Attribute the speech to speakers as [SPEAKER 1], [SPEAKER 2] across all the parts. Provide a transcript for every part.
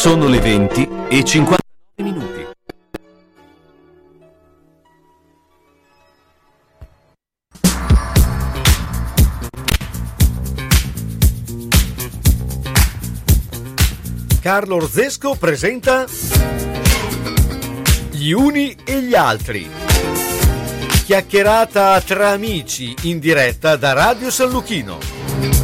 [SPEAKER 1] Sono le 20 e 59 minuti.
[SPEAKER 2] Carlo Orzesco presenta Gli uni e gli altri. Chiacchierata tra amici in diretta da Radio San Luchino.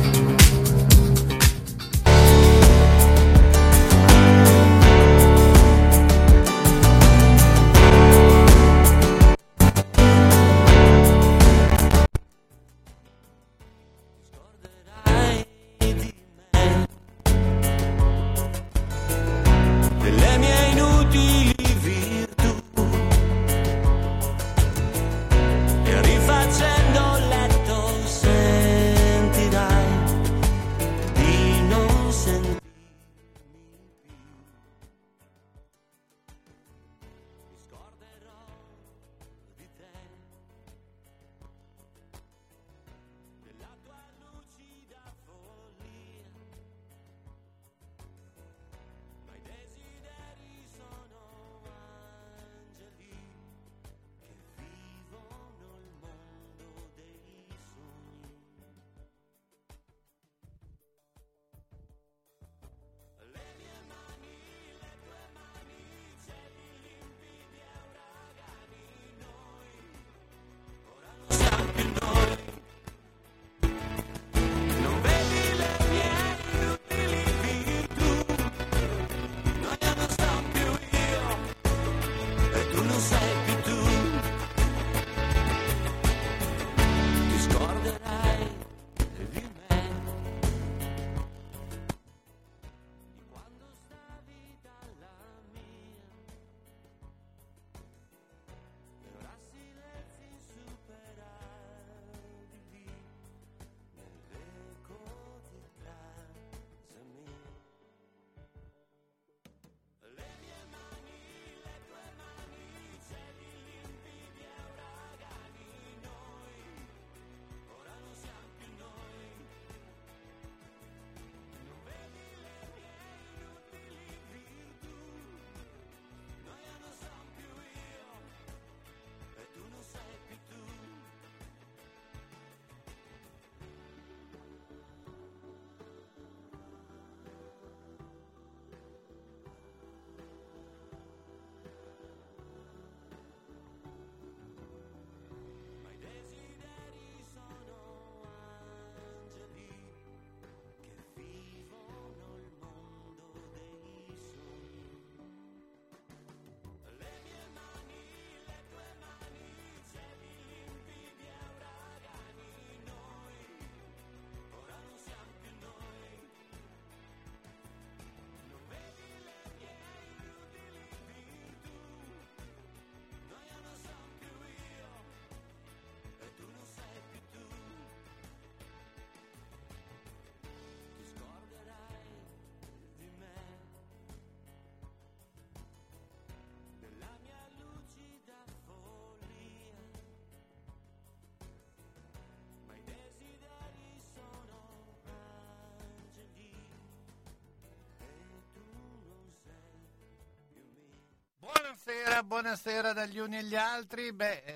[SPEAKER 3] Buonasera dagli uni e gli altri.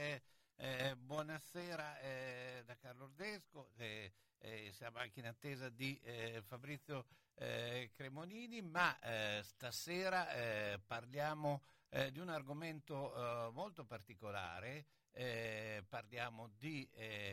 [SPEAKER 3] Buonasera da Carlo Orzesco. Siamo anche in attesa di Fabrizio Cremonini, ma stasera parliamo di un argomento molto particolare. Parliamo di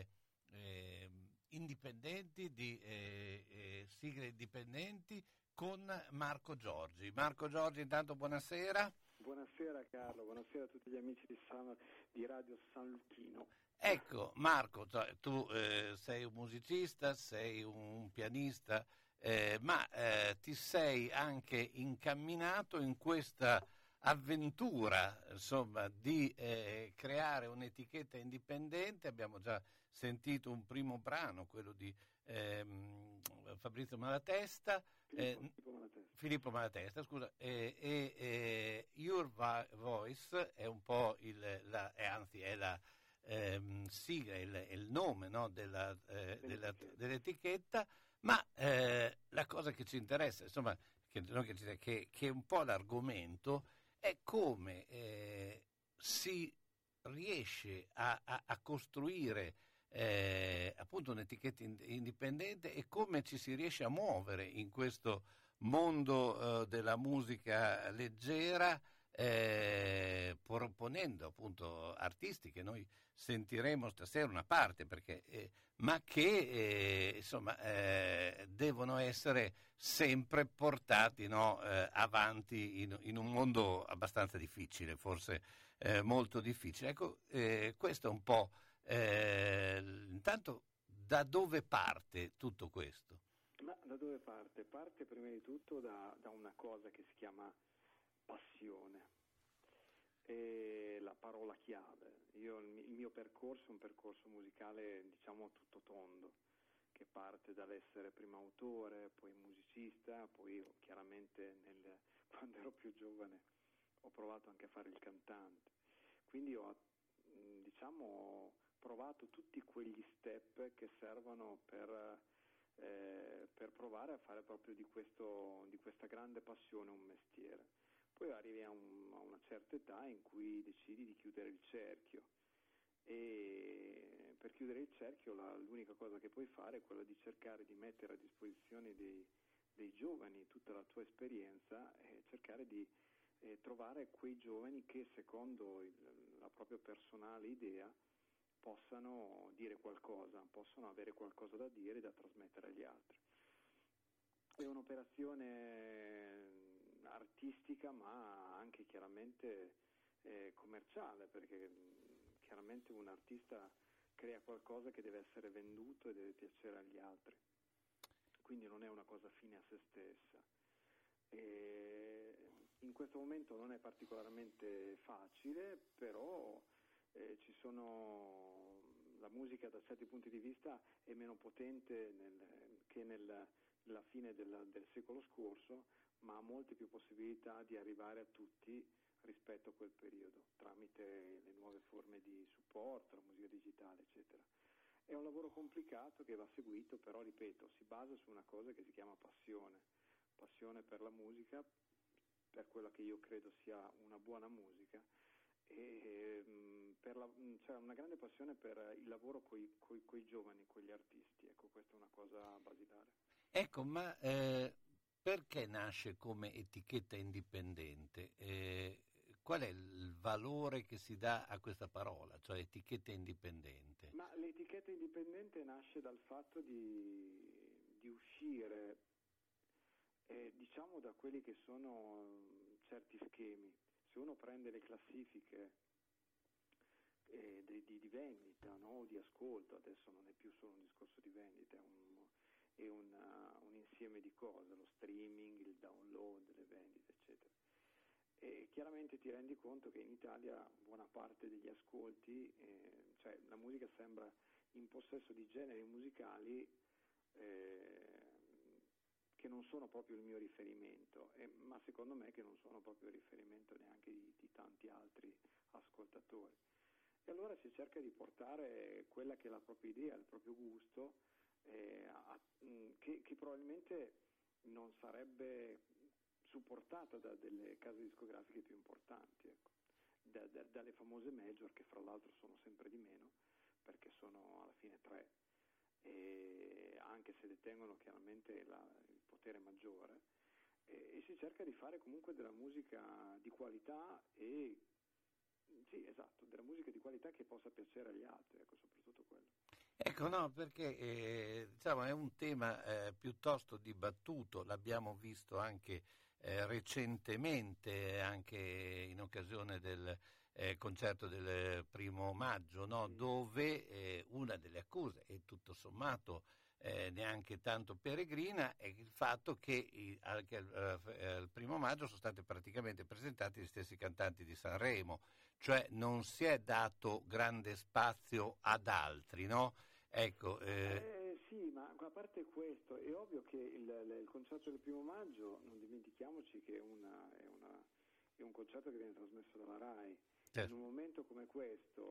[SPEAKER 3] indipendenti, di sigle indipendenti con Marco Giorgi. Marco Giorgi, intanto buonasera.
[SPEAKER 4] Buonasera Carlo, buonasera a tutti gli amici di Radio San Luchino.
[SPEAKER 3] Ecco Marco, tu sei un musicista, sei un pianista, ma ti sei anche incamminato in questa avventura, insomma, di creare un'etichetta indipendente. Abbiamo già sentito un primo brano, quello di Fabrizio Malatesta. Filippo Malatesta, scusa, Your Voice è un po' sigla, il nome, no, dell'etichetta, ma la cosa che ci interessa, insomma, che è un po' l'argomento, è come si riesce a costruire appunto un'etichetta indipendente e come ci si riesce a muovere in questo mondo della musica leggera, proponendo appunto artisti che noi sentiremo stasera una parte, ma che insomma devono essere sempre portati, no, avanti in un mondo abbastanza difficile, forse molto difficile. Ecco, questo è un po' intanto da dove parte tutto questo?
[SPEAKER 4] Ma da dove parte? Parte prima di tutto da una cosa che si chiama passione. È la parola chiave. Il mio percorso è un percorso musicale, diciamo, tutto tondo, che parte dall'essere prima autore, poi musicista, poi chiaramente quando ero più giovane ho provato anche a fare il cantante. Quindi ho, diciamo, provato tutti quegli step che servono per provare a fare proprio di questa grande passione un mestiere. Poi arrivi a una certa età in cui decidi di chiudere il cerchio, e per chiudere il cerchio l'unica cosa che puoi fare è quella di cercare di mettere a disposizione dei giovani tutta la tua esperienza e cercare di trovare quei giovani che secondo la propria personale idea possano dire qualcosa, possono avere qualcosa da dire e da trasmettere agli altri. È un'operazione artistica ma anche chiaramente commerciale, perché chiaramente un artista crea qualcosa che deve essere venduto e deve piacere agli altri, quindi non è una cosa fine a se stessa. In questo momento non è particolarmente facile, però la musica da certi punti di vista è meno potente che nella fine del secolo scorso, ma ha molte più possibilità di arrivare a tutti rispetto a quel periodo, tramite le nuove forme di supporto, la musica digitale, eccetera. È un lavoro complicato che va seguito, però ripeto, si basa su una cosa che si chiama passione per la musica, per quella che io credo sia una buona musica, e cioè una grande passione per il lavoro coi giovani, con gli artisti. Ecco, questa è una cosa basilare.
[SPEAKER 3] Ecco, ma perché nasce come etichetta indipendente? Qual è il valore che si dà a questa parola, cioè etichetta indipendente?
[SPEAKER 4] Ma l'etichetta indipendente nasce dal fatto di uscire, diciamo, da quelli che sono certi schemi. Se uno prende le classifiche di vendita, no? O di ascolto, adesso non è più solo un discorso di vendita, è un insieme di cose, lo streaming, il download, le vendite, eccetera. E chiaramente ti rendi conto che in Italia buona parte degli ascolti, cioè la musica sembra in possesso di generi musicali che non sono proprio il mio riferimento, ma secondo me che non sono proprio il riferimento neanche di tanti altri ascoltatori. E allora si cerca di portare quella che è la propria idea, il proprio gusto, che probabilmente non sarebbe supportata da delle case discografiche più importanti, ecco. Dalle famose major, che fra l'altro sono sempre di meno, perché sono alla fine 3, e anche se detengono chiaramente il potere maggiore, e si cerca di fare comunque della musica di qualità, e sì, esatto, della musica di qualità che possa piacere agli altri, ecco, soprattutto quello.
[SPEAKER 3] Ecco, no, perché diciamo, è un tema piuttosto dibattuto, l'abbiamo visto anche recentemente, anche in occasione del concerto del 1° maggio, no? Dove una delle accuse, e tutto sommato neanche tanto peregrina, è il fatto che anche al 1° maggio sono stati praticamente presentati gli stessi cantanti di Sanremo, cioè non si è dato grande spazio ad altri, no? Ecco,
[SPEAKER 4] sì, ma a parte questo, è ovvio che il concerto del 1° maggio, non dimentichiamoci che è un concerto che viene trasmesso dalla RAI.
[SPEAKER 3] certo.
[SPEAKER 4] In un momento come questo,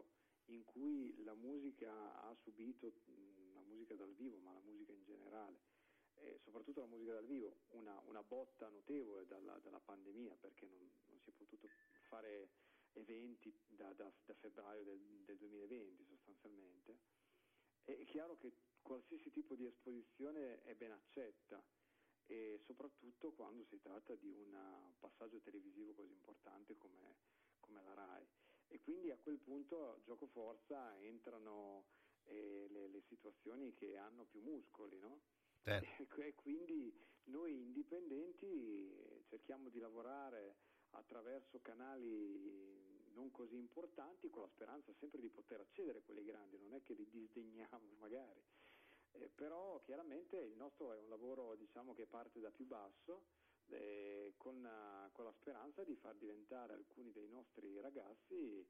[SPEAKER 4] in cui la musica ha subito, la musica dal vivo, ma la musica in generale, soprattutto la musica dal vivo, una botta notevole dalla pandemia, perché non si è potuto fare eventi da febbraio del 2020 sostanzialmente. È chiaro che qualsiasi tipo di esposizione è ben accetta, e soprattutto quando si tratta di un passaggio televisivo così importante come la RAI. E quindi a quel punto gioco forza entrano le situazioni che hanno più muscoli, no? E quindi noi indipendenti cerchiamo di lavorare attraverso canali non così importanti, con la speranza sempre di poter accedere a quelli grandi, non è che li disdegniamo magari, però chiaramente il nostro è un lavoro, diciamo, che parte da più basso, con la speranza di far diventare alcuni dei nostri ragazzi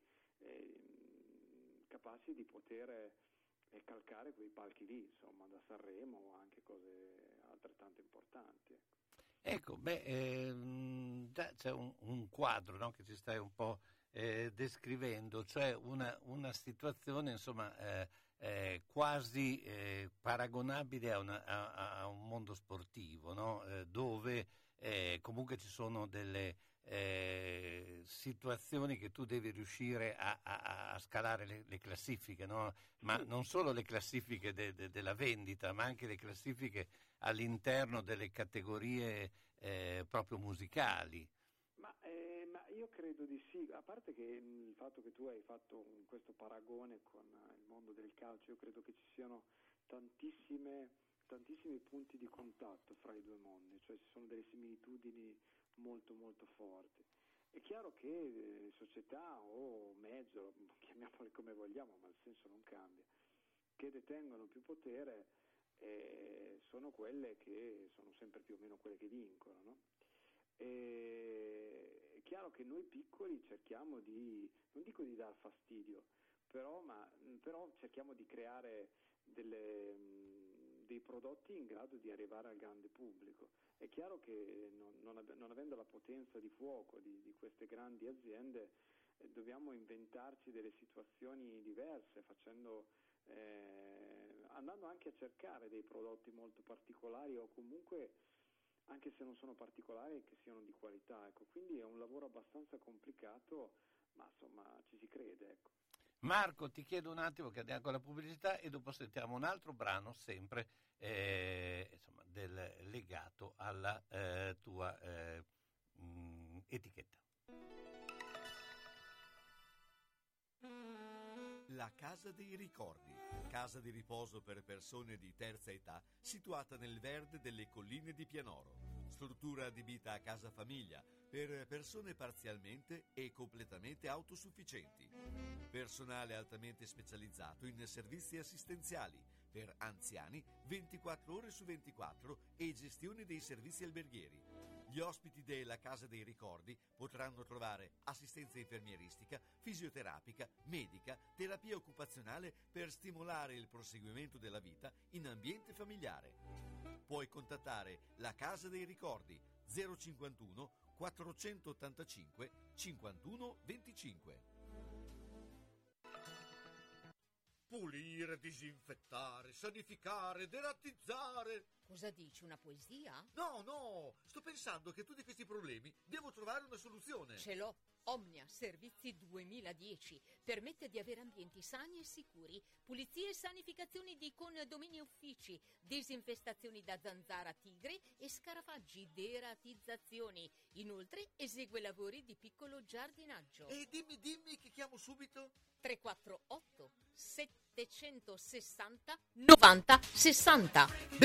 [SPEAKER 4] capaci di poter calcare quei palchi lì, insomma, da Sanremo o anche cose altrettanto importanti.
[SPEAKER 3] Ecco, già c'è un quadro, no, che ci stai un po' descrivendo, cioè una situazione, insomma, quasi paragonabile a un mondo sportivo, no? Dove comunque ci sono delle situazioni che tu devi riuscire a scalare le classifiche, no? Ma non solo le classifiche della vendita, ma anche le classifiche all'interno delle categorie proprio musicali. Ma
[SPEAKER 4] io credo di sì, a parte che il fatto che tu hai fatto questo paragone con il mondo del calcio, io credo che ci siano tantissimi punti di contatto fra i due mondi, cioè ci sono delle similitudini molto molto forti. È chiaro che società o mezzo, chiamiamole come vogliamo, ma il senso non cambia, che detengono più potere sono quelle che sono sempre più o meno quelle che vincono, no? È chiaro che noi piccoli cerchiamo non dico di dar fastidio, però cerchiamo di creare dei prodotti in grado di arrivare al grande pubblico. È chiaro che non avendo la potenza di fuoco di queste grandi aziende, dobbiamo inventarci delle situazioni diverse, andando anche a cercare dei prodotti molto particolari, o comunque, anche se non sono particolari, che siano di qualità, ecco. Quindi è un lavoro abbastanza complicato, ma insomma ci si crede, ecco.
[SPEAKER 3] Marco, ti chiedo un attimo che andiamo con la pubblicità e dopo sentiamo un altro brano sempre insomma, legato alla tua etichetta.
[SPEAKER 2] La Casa dei Ricordi, casa di riposo per persone di terza età, situata nel verde delle colline di Pianoro. Struttura adibita a casa famiglia per persone parzialmente e completamente autosufficienti. Personale altamente specializzato in servizi assistenziali per anziani 24 ore su 24 e gestione dei servizi alberghieri. Gli ospiti della Casa dei Ricordi potranno trovare assistenza infermieristica, fisioterapica, medica, terapia occupazionale per stimolare il proseguimento della vita in ambiente familiare. Puoi contattare la Casa dei Ricordi 051 485 51 25. Pulire, disinfettare, sanificare, derattizzare.
[SPEAKER 5] Cosa dici, una poesia?
[SPEAKER 2] No, sto pensando che a tutti questi problemi devo trovare una soluzione.
[SPEAKER 5] Ce l'ho. Omnia Servizi 2010 permette di avere ambienti sani e sicuri, pulizie e sanificazioni di condomini e uffici, disinfestazioni da zanzara, tigre e scarafaggi, deratizzazioni. Inoltre esegue lavori di piccolo giardinaggio.
[SPEAKER 2] E dimmi che chiamo subito.
[SPEAKER 5] 348 760 90 60.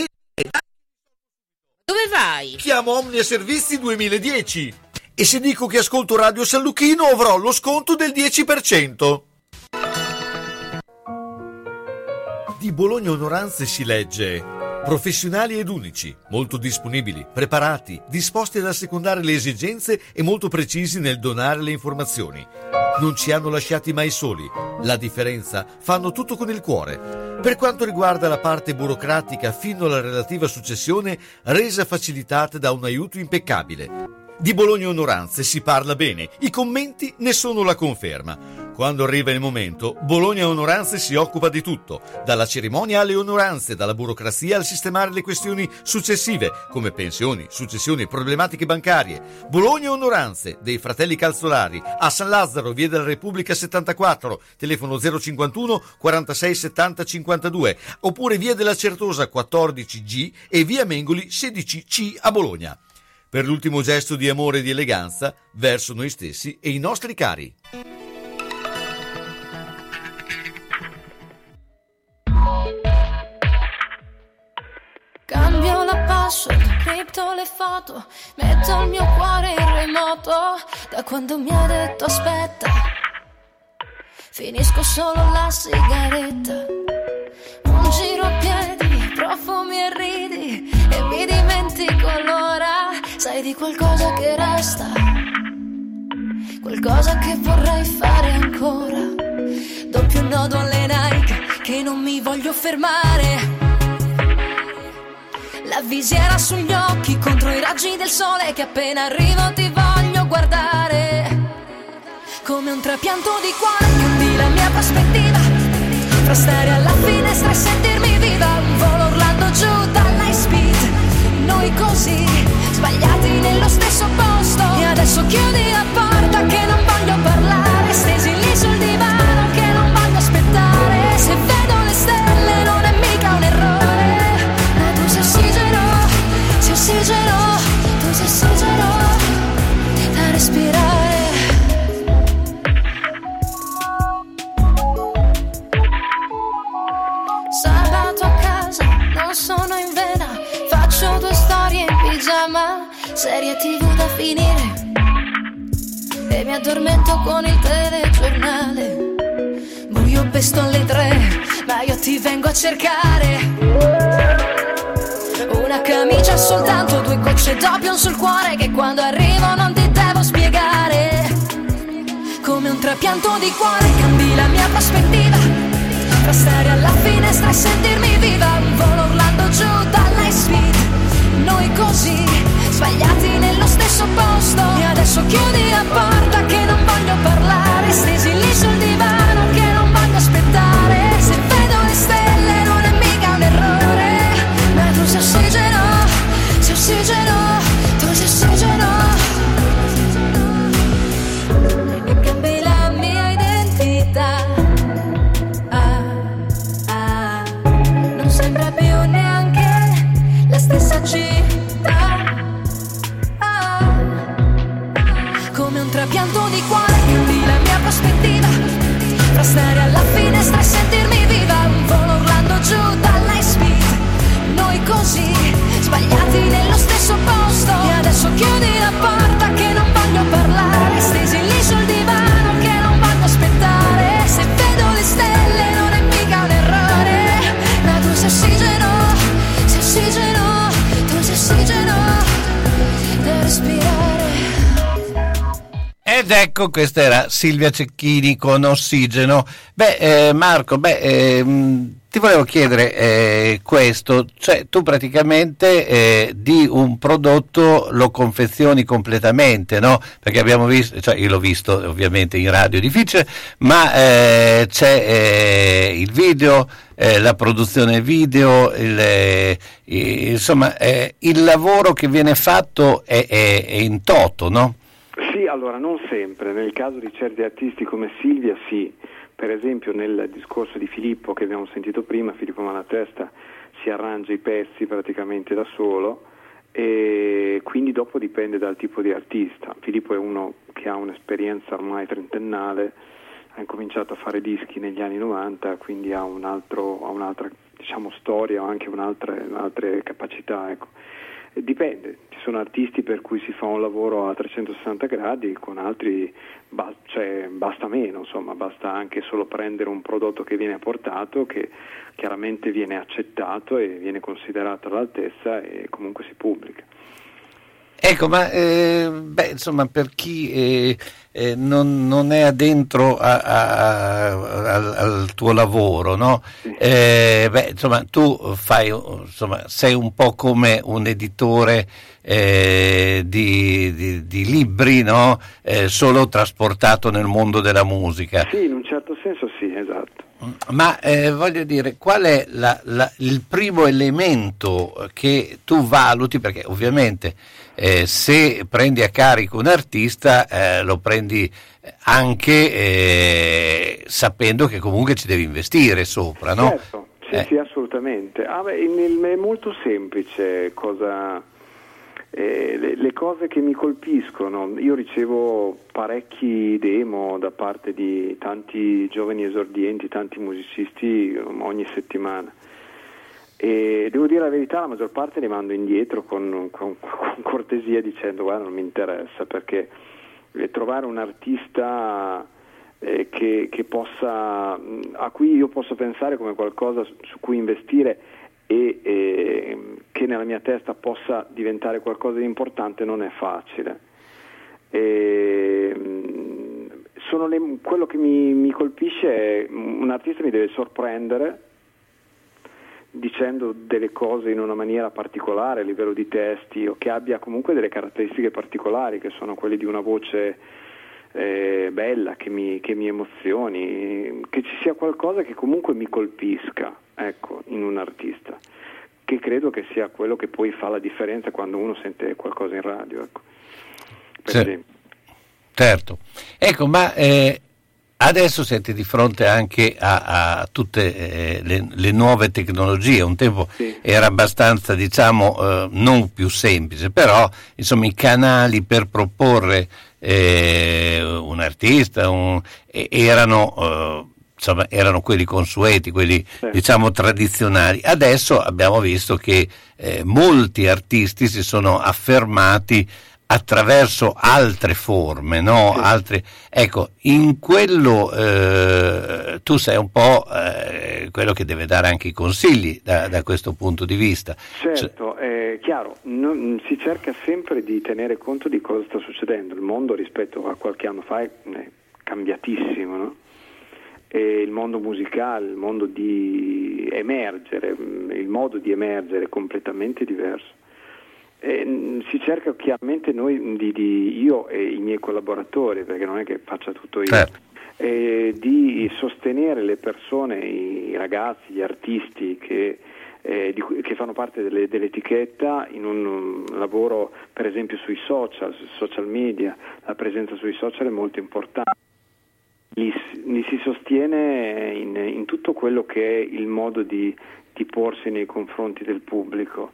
[SPEAKER 5] Dove vai?
[SPEAKER 2] Chiamo Omnia Servizi 2010 e se dico che ascolto Radio San Luchino avrò lo sconto del 10%. Di Bologna Onoranze si legge: professionali ed unici, molto disponibili, preparati, disposti ad assecondare le esigenze e molto precisi nel donare le informazioni. Non ci hanno lasciati mai soli. La differenza fanno tutto con il cuore. Per quanto riguarda la parte burocratica fino alla relativa successione, resa facilitata da un aiuto impeccabile. Di Bologna Onoranze si parla bene, i commenti ne sono la conferma. Quando arriva il momento, Bologna Onoranze si occupa di tutto, dalla cerimonia alle onoranze, dalla burocrazia al sistemare le questioni successive, come pensioni, successioni e problematiche bancarie. Bologna Onoranze, dei fratelli Calzolari, a San Lazzaro, via della Repubblica 74, telefono 051 46 70 52, oppure via della Certosa 14G e via Mengoli 16C a Bologna. Per l'ultimo gesto di amore e di eleganza verso noi stessi e i nostri cari.
[SPEAKER 6] Cambio la password, cripto le foto, metto il mio cuore in remoto. Da quando mi hai detto aspetta, finisco solo la sigaretta. Un giro a piedi, profumi e ridi, e mi dimentico l'ora. Sai di qualcosa che resta, qualcosa che vorrei fare ancora. Doppio nodo alle Nike, che non mi voglio fermare. La visiera sugli occhi contro i raggi del sole, che appena arrivo ti voglio guardare. Come un trapianto di cuore cambi la mia prospettiva, fra stare alla finestra e sentirmi viva. Un volo urlando giù dall'high speed, noi così sbagliati nello stesso posto. E adesso chiudi la porta che non voglio parlare, stesi lì sul divano che non voglio aspettare. Se vedo le stelle non è mica un errore, ma tu sei ossigeno, sei ossigeno, tu sei ossigeno da respirare. Sabato a casa, non sono in vena, faccio 2 storie in pigiama, serie TV da finire e mi addormento con il telegiornale. Buio pesto alle 3, ma io ti vengo a cercare. Una camicia soltanto, 2 gocce d'opium sul cuore, che quando arrivo non ti devo spiegare. Come un trapianto di cuore cambi la mia prospettiva, fra stare alla finestra e sentirmi viva. Un volo urlando giù dall'high speed, noi così sbagliati nello stesso posto. E adesso chiudi la porta che non voglio parlare, stesi lì sul divano che non voglio aspettare. Se vedo le stelle non è mica un errore, ma tu sei ossigeno, sei ossigeno, tu sei ossigeno. E cambi la mia identità, non sembra più neanche la stessa città. Come un trapianto di cuore cambi la mia prospettiva, fra stare alla finestra e sentirmi viva. Un volo urlando giù dall'high speed, noi così sbagliati nello stesso posto. E adesso chiudi la porta che non voglio parlare, stesi lì sul divano che non voglio aspettare. Se vedo le stelle non è mica un errore, ma tu sei ossigeno, sei ossigeno, tu sei ossigeno da respirare.
[SPEAKER 3] Ed ecco, questa era Silvia Cecchini con Ossigeno. Marco, ti volevo chiedere questo, cioè tu praticamente di un prodotto lo confezioni completamente, no? Perché abbiamo visto, cioè io l'ho visto ovviamente in radio, è difficile, ma c'è il video, la produzione video, insomma il lavoro che viene fatto è in toto, no?
[SPEAKER 4] Sì, allora non sempre, nel caso di certi artisti come Silvia sì, per esempio nel discorso di Filippo che abbiamo sentito prima, Filippo Malatesta si arrangia i pezzi praticamente da solo e quindi dopo dipende dal tipo di artista. Filippo è uno che ha un'esperienza ormai trentennale, ha incominciato a fare dischi negli anni 90, quindi ha un'altra diciamo storia o anche altre capacità, ecco. Dipende, ci sono artisti per cui si fa un lavoro a 360 gradi, con altri basta meno, insomma, basta anche solo prendere un prodotto che viene portato, che chiaramente viene accettato e viene considerato all'altezza e comunque si pubblica.
[SPEAKER 3] Ecco, ma insomma, per chi non è addentro al tuo lavoro, no?
[SPEAKER 4] Sì.
[SPEAKER 3] Insomma, tu sei un po' come un editore di libri, no? Solo trasportato nel mondo della musica.
[SPEAKER 4] Sì, in un certo senso sì, esatto.
[SPEAKER 3] Ma voglio dire, qual è il primo elemento che tu valuti? Perché ovviamente se prendi a carico un artista lo prendi anche sapendo che comunque ci devi investire sopra, no?
[SPEAKER 4] Certo, sì, assolutamente. È molto semplice le cose che mi colpiscono. Io ricevo parecchi demo da parte di tanti giovani esordienti, tanti musicisti ogni settimana, e devo dire la verità, la maggior parte li mando indietro con cortesia, dicendo guarda, non mi interessa, perché trovare un artista che possa, a cui io posso pensare come qualcosa su cui investire e che nella mia testa possa diventare qualcosa di importante non è facile. Quello che mi colpisce è un artista mi deve sorprendere dicendo delle cose in una maniera particolare a livello di testi, o che abbia comunque delle caratteristiche particolari, che sono quelle di una voce bella, che mi emozioni, che ci sia qualcosa che comunque mi colpisca, ecco, in un artista, che credo che sia quello che poi fa la differenza quando uno sente qualcosa in radio, ecco. Per esempio.
[SPEAKER 3] Certo. Ecco, ma adesso siete di fronte anche a tutte le nuove tecnologie. Un tempo
[SPEAKER 4] sì,
[SPEAKER 3] era abbastanza, diciamo, non più semplice, però insomma i canali per proporre un artista erano quelli consueti, quelli diciamo tradizionali. Adesso abbiamo visto che molti artisti si sono affermati attraverso altre forme, no?
[SPEAKER 4] Sì.
[SPEAKER 3] Ecco, in quello tu sei un po' quello che deve dare anche i consigli da questo punto di vista.
[SPEAKER 4] Certo, è chiaro, si cerca sempre di tenere conto di cosa sta succedendo. Il mondo rispetto a qualche anno fa è cambiatissimo, no? E il mondo musicale, il mondo di emergere, il modo di emergere è completamente diverso. Si cerca chiaramente io e i miei collaboratori, perché non è che faccia tutto io,
[SPEAKER 3] certo,
[SPEAKER 4] di sostenere le persone, i ragazzi, gli artisti che fanno parte dell'etichetta in un lavoro, per esempio sui social media. La presenza sui social è molto importante. Li si sostiene in tutto quello che è il modo di porsi nei confronti del pubblico,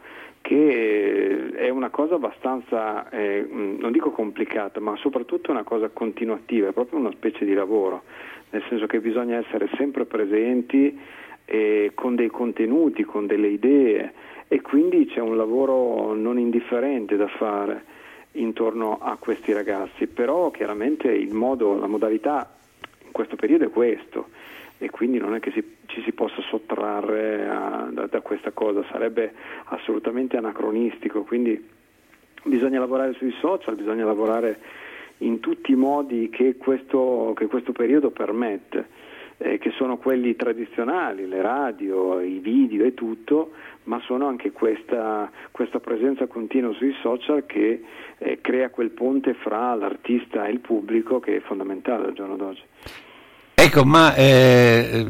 [SPEAKER 4] che è una cosa abbastanza, non dico complicata, ma soprattutto una cosa continuativa, è proprio una specie di lavoro, nel senso che bisogna essere sempre presenti con dei contenuti, con delle idee, e quindi c'è un lavoro non indifferente da fare intorno a questi ragazzi. Però chiaramente la modalità in questo periodo è questo, e quindi non è che ci si possa sottrarre da questa cosa, sarebbe assolutamente anacronistico. Quindi bisogna lavorare sui social, bisogna lavorare in tutti i modi che questo periodo permette, che sono quelli tradizionali, le radio, i video e tutto, ma sono anche questa presenza continua sui social che crea quel ponte fra l'artista e il pubblico, che è fondamentale al giorno d'oggi.
[SPEAKER 3] Ecco, ma c'è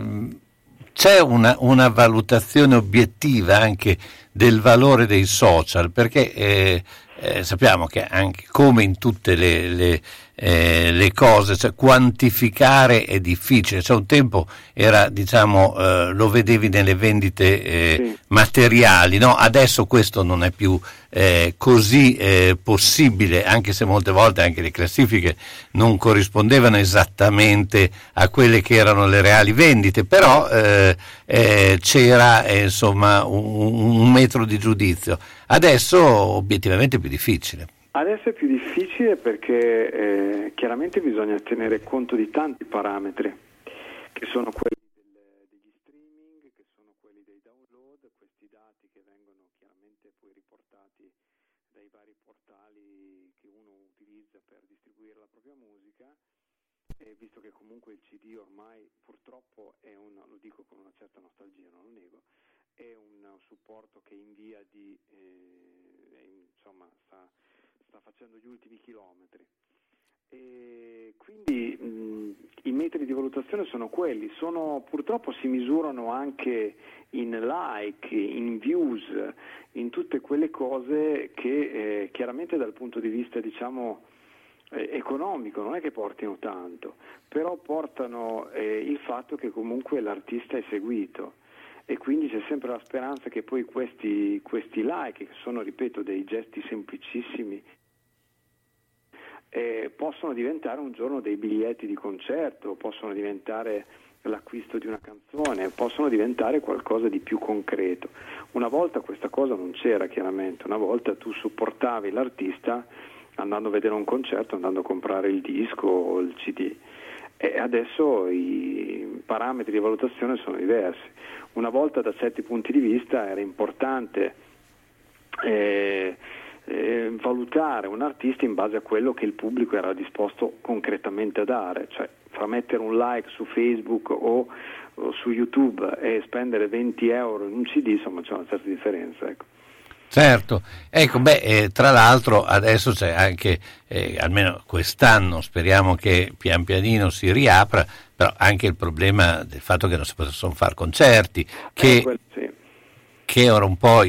[SPEAKER 3] una valutazione obiettiva anche del valore dei social, perché sappiamo che anche come in tutte le cose, cioè, quantificare è difficile. Cioè, un tempo era, diciamo, lo vedevi nelle vendite
[SPEAKER 4] Sì,
[SPEAKER 3] materiali, no? Adesso questo non è più così possibile, anche se molte volte anche le classifiche non corrispondevano esattamente a quelle che erano le reali vendite, però c'era insomma un metro di giudizio. Adesso obiettivamente è più difficile.
[SPEAKER 4] adesso è più difficile perché chiaramente bisogna tenere conto di tanti parametri, che sono quelli degli streaming, che sono quelli dei download, questi dati che vengono chiaramente poi riportati dai vari portali che uno utilizza per distribuire la propria musica, e visto che comunque il CD ormai purtroppo è lo dico con una certa nostalgia, non lo nego, è un supporto che in via di insomma sta facendo gli ultimi chilometri, e quindi i metri di valutazione sono quelli, purtroppo si misurano anche in like, in views, in tutte quelle cose che chiaramente dal punto di vista diciamo economico non è che portino tanto, però portano il fatto che comunque l'artista è seguito, e quindi c'è sempre la speranza che poi questi like, che sono, ripeto, dei gesti semplicissimi, possono diventare un giorno dei biglietti di concerto, possono diventare l'acquisto di una canzone, possono diventare qualcosa di più concreto. Una volta questa cosa non c'era, chiaramente, una volta tu supportavi l'artista andando a vedere un concerto, andando a comprare il disco o il CD, e adesso i parametri di valutazione sono diversi. Una volta da certi punti di vista era importante valutare un artista in base a quello che il pubblico era disposto concretamente a dare, cioè fra mettere un like su Facebook o su YouTube e spendere 20 euro in un CD, insomma c'è una certa differenza, ecco.
[SPEAKER 3] Certo, ecco, tra l'altro adesso c'è anche, almeno quest'anno, speriamo che pian pianino si riapra, però anche il problema del fatto che non si possono fare concerti, che era un po'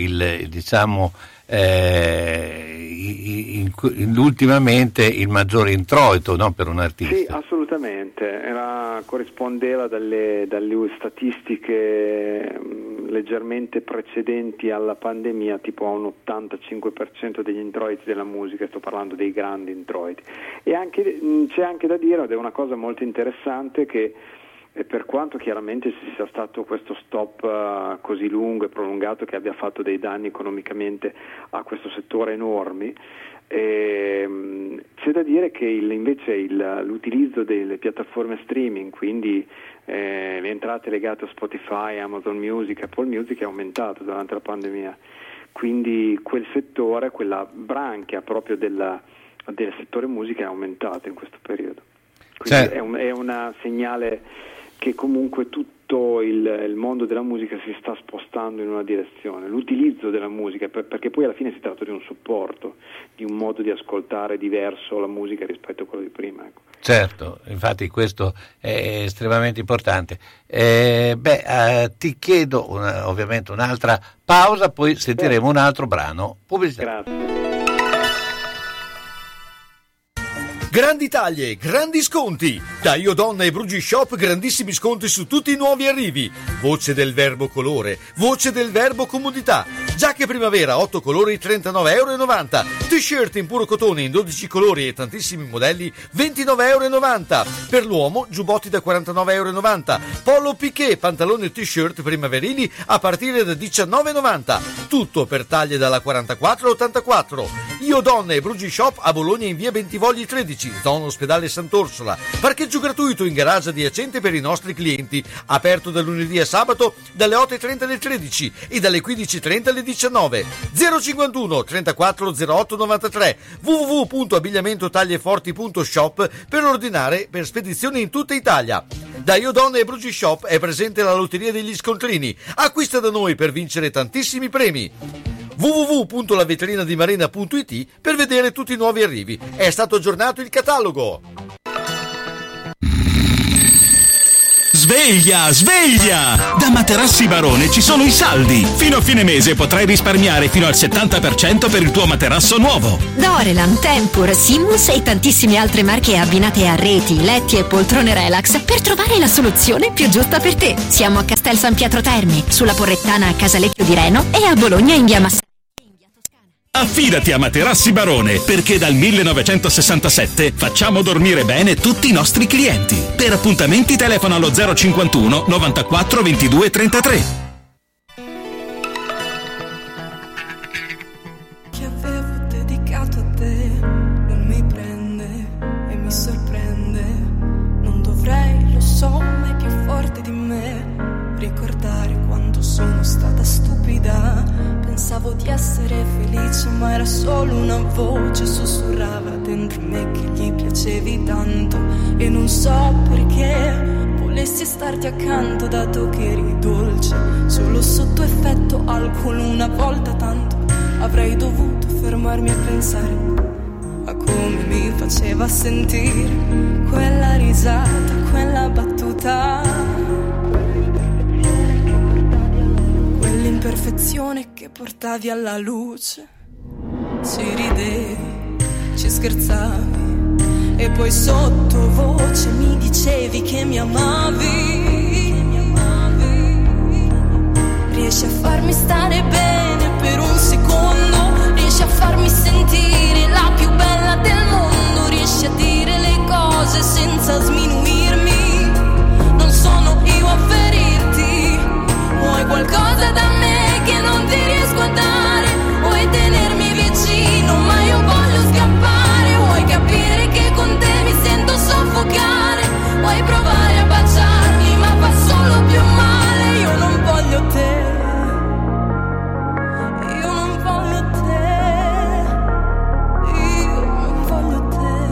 [SPEAKER 3] ultimamente il maggiore introito, no, per un artista.
[SPEAKER 4] Sì, assolutamente, corrispondeva dalle statistiche leggermente precedenti alla pandemia, tipo a un 85% degli introiti della musica, sto parlando dei grandi introiti. E c'è anche da dire, ed è una cosa molto interessante, che per quanto chiaramente ci sia stato questo stop così lungo e prolungato che abbia fatto dei danni economicamente a questo settore enormi, c'è da dire che invece l'utilizzo delle piattaforme streaming, quindi le entrate legate a Spotify, Amazon Music, Apple Music, è aumentato durante la pandemia, quindi quel settore, quella branchia proprio del settore musica è aumentato in questo periodo, quindi è un segnale che comunque tutto il mondo della musica si sta spostando in una direzione, l'utilizzo della musica, perché poi alla fine si tratta di un supporto, di un modo di ascoltare diverso la musica rispetto a quello di prima, ecco.
[SPEAKER 3] Certo, infatti questo è estremamente importante. Ti chiedo ovviamente un'altra pausa, poi sentiremo un altro brano pubblicitario.
[SPEAKER 4] Grazie.
[SPEAKER 2] Grandi taglie, grandi sconti! Da Io Donna e Brugi Shop grandissimi sconti su tutti i nuovi arrivi. Voce del verbo colore, voce del verbo comodità. Giacche primavera 8 colori 39,90 euro. T-shirt in puro cotone in 12 colori e tantissimi modelli 29,90 euro. Per l'uomo giubbotti da 49,90 euro. Polo piqué, pantaloni e t-shirt primaverili a partire da 19,90. Tutto per taglie dalla 44 all'84. Io Donna e Brugi Shop a Bologna in via Bentivogli 13. Zona Ospedale Sant'Orsola, parcheggio gratuito in garage adiacente per i nostri clienti, aperto da lunedì a sabato dalle 8:30 alle 13 e dalle 15:30 alle 19. 051 34 08 93 www.abbigliamentotaglieforti.shop per ordinare per spedizione in tutta Italia. Da Io Donna e Brugi Shop è presente la lotteria degli scontrini. Acquista da noi per vincere tantissimi premi. www.lavetrinadimarina.it per vedere tutti i nuovi arrivi. È stato aggiornato il catalogo.
[SPEAKER 7] Sveglia, sveglia! Da Materassi Barone ci sono i saldi. Fino a fine mese potrai risparmiare fino al 70% per il tuo materasso nuovo.
[SPEAKER 8] Dorelan, Tempur, Simus e tantissime altre marche abbinate a reti, letti e poltrone relax per trovare la soluzione più giusta per te. Siamo a Castel San Pietro Terme, sulla Porrettana a Casalecchio di Reno e a Bologna in via Massaro.
[SPEAKER 7] Affidati a Materassi Barone, perché dal 1967 facciamo dormire bene tutti i nostri clienti. Per appuntamenti telefona allo 051 94 22 33.
[SPEAKER 6] Che avevo dedicato a te non mi prende e mi sorprende. Non dovrei, lo so, ma è più forte di me. Ricordare quanto sono stata stupida. Pensavo di essere felice, ma era solo una voce, sussurrava dentro me che gli piacevi tanto. E non so perché volessi starti accanto, dato che eri dolce, solo sotto effetto alcol una volta tanto. Avrei dovuto fermarmi a pensare a come mi faceva sentire quella risata, quella battuta, quell'imperfezione che portavi alla luce. Ci ridevi, ci scherzavi e poi sottovoce mi dicevi che mi amavi. Riesci a farmi stare bene per un secondo, riesci a farmi sentire la più bella del mondo, riesci a dire le cose senza sminuirmi. Non sono io a ferirti, vuoi qualcosa da me che non ti riesco a dare, vuoi tenermi vicino ma io voglio scappare, vuoi capire che con te mi sento soffocare, vuoi provare a baciarmi ma fa solo più male. Io non voglio te, io non voglio te, io non voglio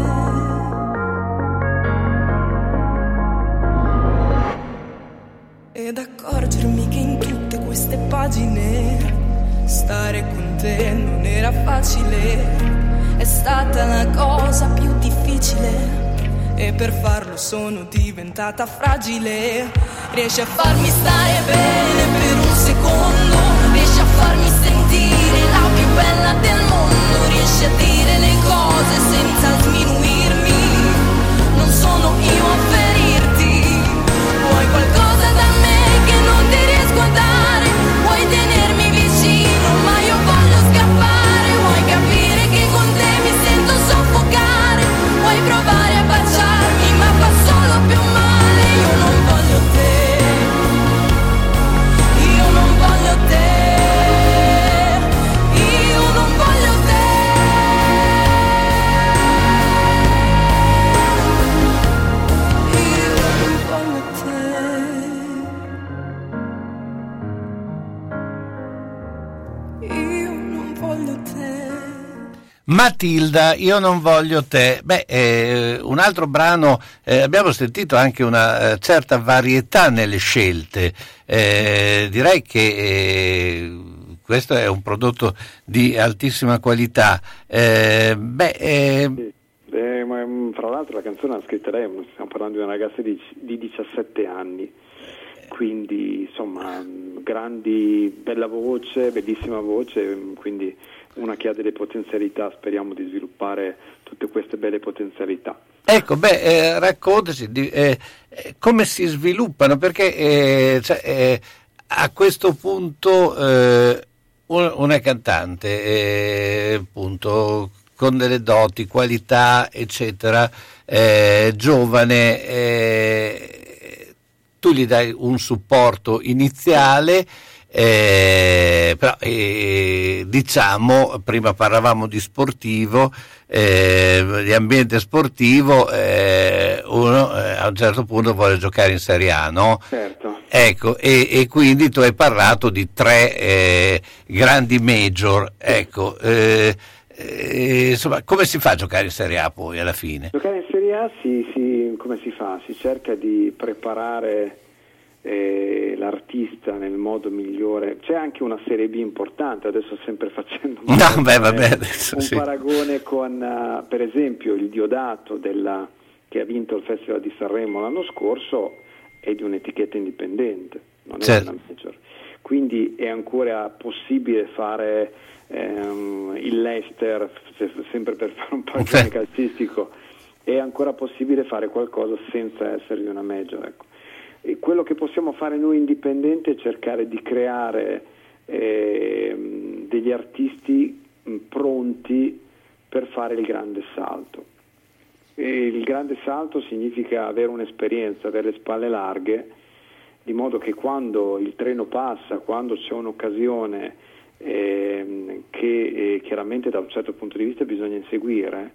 [SPEAKER 6] te. Ed accorgermi che in tutte queste pagine stare con te non era facile, è stata la cosa più difficile e per farlo sono diventata fragile. Riesci a farmi stare bene per un secondo, riesci a farmi sentire la più bella del mondo, riesci a dire le cose senza sminuirmi. Non sono io a ferirti, vuoi qualcosa da me che non ti riesco a dare, vuoi tenermi vicino ma io voglio scappare, vuoi capire che con te mi sento soffocare, vuoi provare a baciarmi ma fa solo più male. Io non voglio te, io non voglio te, io non voglio te, io non voglio te, io non voglio te.
[SPEAKER 3] Matilda, io non voglio te. Un altro brano, abbiamo sentito anche una certa varietà nelle scelte. Direi che questo è un prodotto di altissima qualità.
[SPEAKER 4] Ma, fra l'altro la canzone l'ha scritta lei, stiamo parlando di una ragazza di 17 anni, quindi insomma bella voce, bellissima voce, quindi una che ha delle potenzialità, speriamo di sviluppare tutte queste belle potenzialità.
[SPEAKER 3] Ecco, raccontaci come si sviluppano, perché a questo punto una cantante appunto con delle doti, qualità, eccetera, giovane, tu gli dai un supporto iniziale. Però diciamo, prima parlavamo di sportivo, di ambiente sportivo, uno a un certo punto vuole giocare in Serie A, no?
[SPEAKER 4] Certo.
[SPEAKER 3] Ecco, e quindi tu hai parlato di 3 grandi major, ecco, insomma, come si fa a giocare in Serie A poi alla fine?
[SPEAKER 4] Giocare in Serie A come si fa? Si cerca di preparare l'artista nel modo migliore. C'è anche una Serie B importante, adesso sempre facendo un paragone con per esempio il Diodato che ha vinto il Festival di Sanremo l'anno scorso, è di un'etichetta indipendente, non è una major, quindi è ancora possibile fare il Leicester, sempre per fare un paragone calcistico, è ancora possibile fare qualcosa senza essere di una major, ecco. E quello che possiamo fare noi indipendenti è cercare di creare degli artisti pronti per fare il grande salto. E il grande salto significa avere un'esperienza, avere le spalle larghe, di modo che quando il treno passa, quando c'è un'occasione che chiaramente da un certo punto di vista bisogna inseguire,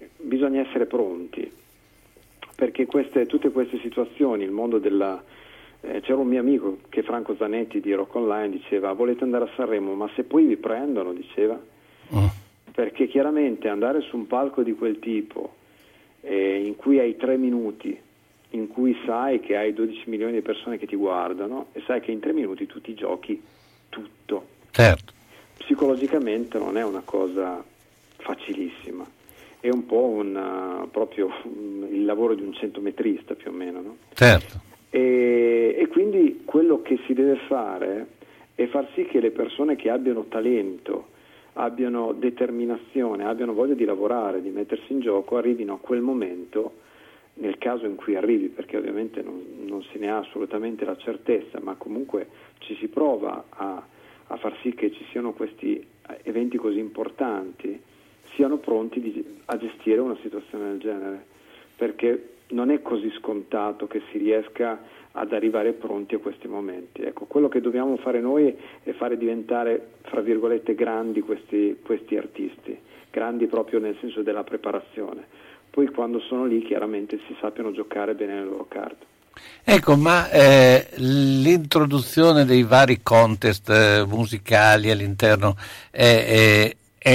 [SPEAKER 4] bisogna essere pronti. Perché tutte queste situazioni, il mondo c'era un mio amico che Franco Zanetti di Rock Online diceva: volete andare a Sanremo, ma se poi vi prendono, diceva, perché chiaramente andare su un palco di quel tipo in cui hai 3 minuti, in cui sai che hai 12 milioni di persone che ti guardano e sai che in 3 minuti tu ti giochi tutto.
[SPEAKER 3] Certo.
[SPEAKER 4] Psicologicamente non è una cosa facilissima, è un po' proprio il lavoro di un centometrista più o meno, no?
[SPEAKER 3] Certo.
[SPEAKER 4] E quindi quello che si deve fare è far sì che le persone che abbiano talento, abbiano determinazione, abbiano voglia di lavorare, di mettersi in gioco, arrivino a quel momento, nel caso in cui arrivi, perché ovviamente non se ne ha assolutamente la certezza, ma comunque ci si prova a far sì che ci siano questi eventi così importanti, siano pronti a gestire una situazione del genere, perché non è così scontato che si riesca ad arrivare pronti a questi momenti. Ecco, quello che dobbiamo fare noi è fare diventare, fra virgolette, grandi questi artisti, grandi proprio nel senso della preparazione. Poi quando sono lì chiaramente si sappiano giocare bene le loro carte.
[SPEAKER 3] Ecco, ma l'introduzione dei vari contest musicali all'interno è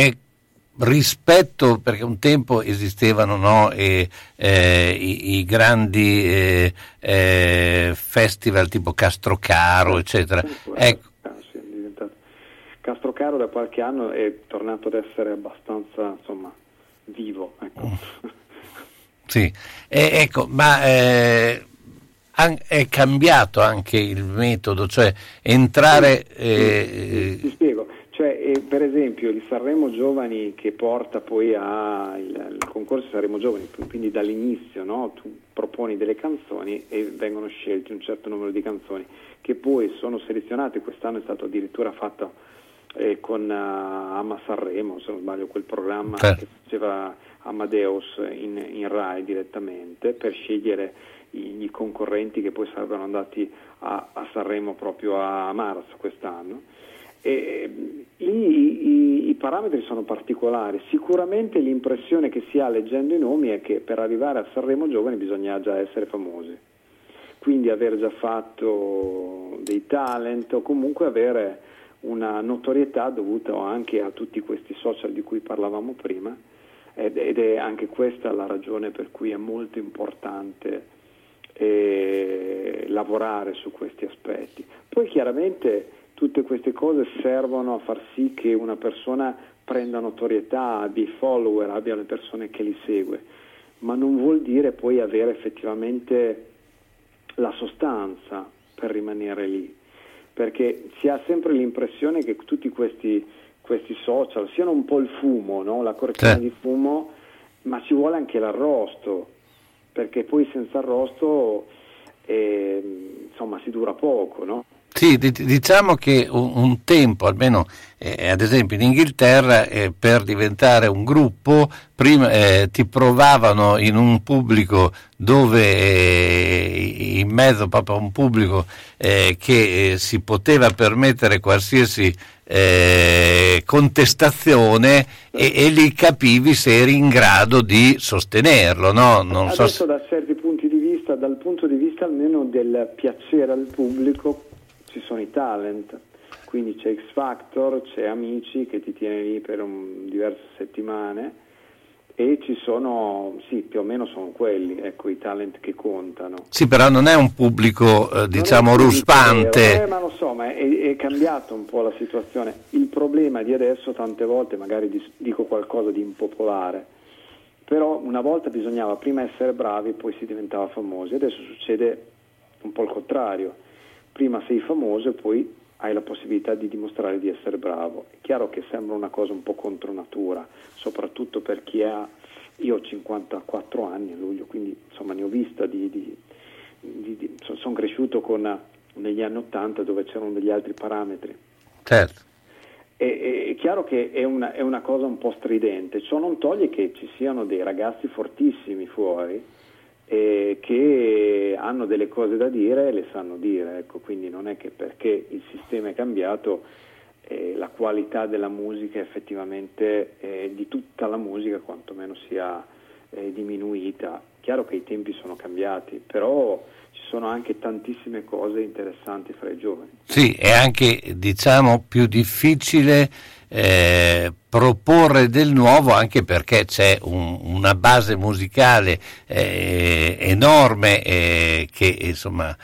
[SPEAKER 3] rispetto, perché un tempo esistevano, no, i grandi festival tipo Castrocaro, eccetera. Ecco.
[SPEAKER 4] Castrocaro da qualche anno è tornato ad essere abbastanza, insomma, vivo. Ecco.
[SPEAKER 3] Sì, ecco, ma è cambiato anche il metodo, cioè entrare...
[SPEAKER 4] Ti spiego. Cioè, per esempio il Sanremo Giovani che porta poi il concorso Sanremo Giovani, quindi dall'inizio, no? Tu proponi delle canzoni e vengono scelti un certo numero di canzoni che poi sono selezionate. Quest'anno è stato addirittura fatto con Ama Sanremo, se non sbaglio, quel programma che faceva Amadeus in Rai direttamente, per scegliere i concorrenti che poi sarebbero andati a Sanremo proprio a marzo quest'anno. I parametri sono particolari. Sicuramente l'impressione che si ha leggendo i nomi è che per arrivare a Sanremo Giovani bisogna già essere famosi, quindi aver già fatto dei talent o comunque avere una notorietà dovuta anche a tutti questi social di cui parlavamo prima, ed è anche questa la ragione per cui è molto importante lavorare su questi aspetti. Poi chiaramente tutte queste cose servono a far sì che una persona prenda notorietà, abbia i follower, abbia le persone che li segue, ma non vuol dire poi avere effettivamente la sostanza per rimanere lì, perché si ha sempre l'impressione che tutti questi social siano un po' il fumo, no? La cortina di fumo, ma ci vuole anche l'arrosto, perché poi senza arrosto insomma si dura poco, no?
[SPEAKER 3] Sì, diciamo che un tempo, almeno ad esempio in Inghilterra, per diventare un gruppo prima ti provavano in un pubblico dove in mezzo proprio a un pubblico che si poteva permettere qualsiasi contestazione e lì capivi se eri in grado di sostenerlo, no? Non
[SPEAKER 4] adesso
[SPEAKER 3] so
[SPEAKER 4] da certi punti di vista, dal punto di vista almeno del piacere al pubblico, ci sono i talent, quindi c'è X Factor, c'è Amici che ti tiene lì per diverse settimane e ci sono, sì, più o meno sono quelli, ecco, i talent che contano.
[SPEAKER 3] Sì, però non è un pubblico diciamo ruspante.
[SPEAKER 4] Ma lo so, ma è cambiato un po' la situazione. Il problema di adesso, tante volte, magari dico qualcosa di impopolare, però una volta bisognava prima essere bravi, poi si diventava famosi. Adesso succede un po' il contrario. Prima sei famoso e poi hai la possibilità di dimostrare di essere bravo. È chiaro che sembra una cosa un po' contro natura, soprattutto per chi ha... Io ho 54 anni a luglio, quindi insomma ne ho vista sono cresciuto negli anni 80 dove c'erano degli altri parametri.
[SPEAKER 3] Certo.
[SPEAKER 4] È chiaro che è una cosa un po' stridente. Ciò non toglie che ci siano dei ragazzi fortissimi fuori che hanno delle cose da dire e le sanno dire, ecco, quindi non è che perché il sistema è cambiato la qualità della musica effettivamente di tutta la musica quantomeno sia diminuita. Chiaro che i tempi sono cambiati, però ci sono anche tantissime cose interessanti fra i giovani.
[SPEAKER 3] Sì, è anche, diciamo, più difficile proporre del nuovo, anche perché c'è una base musicale enorme che insomma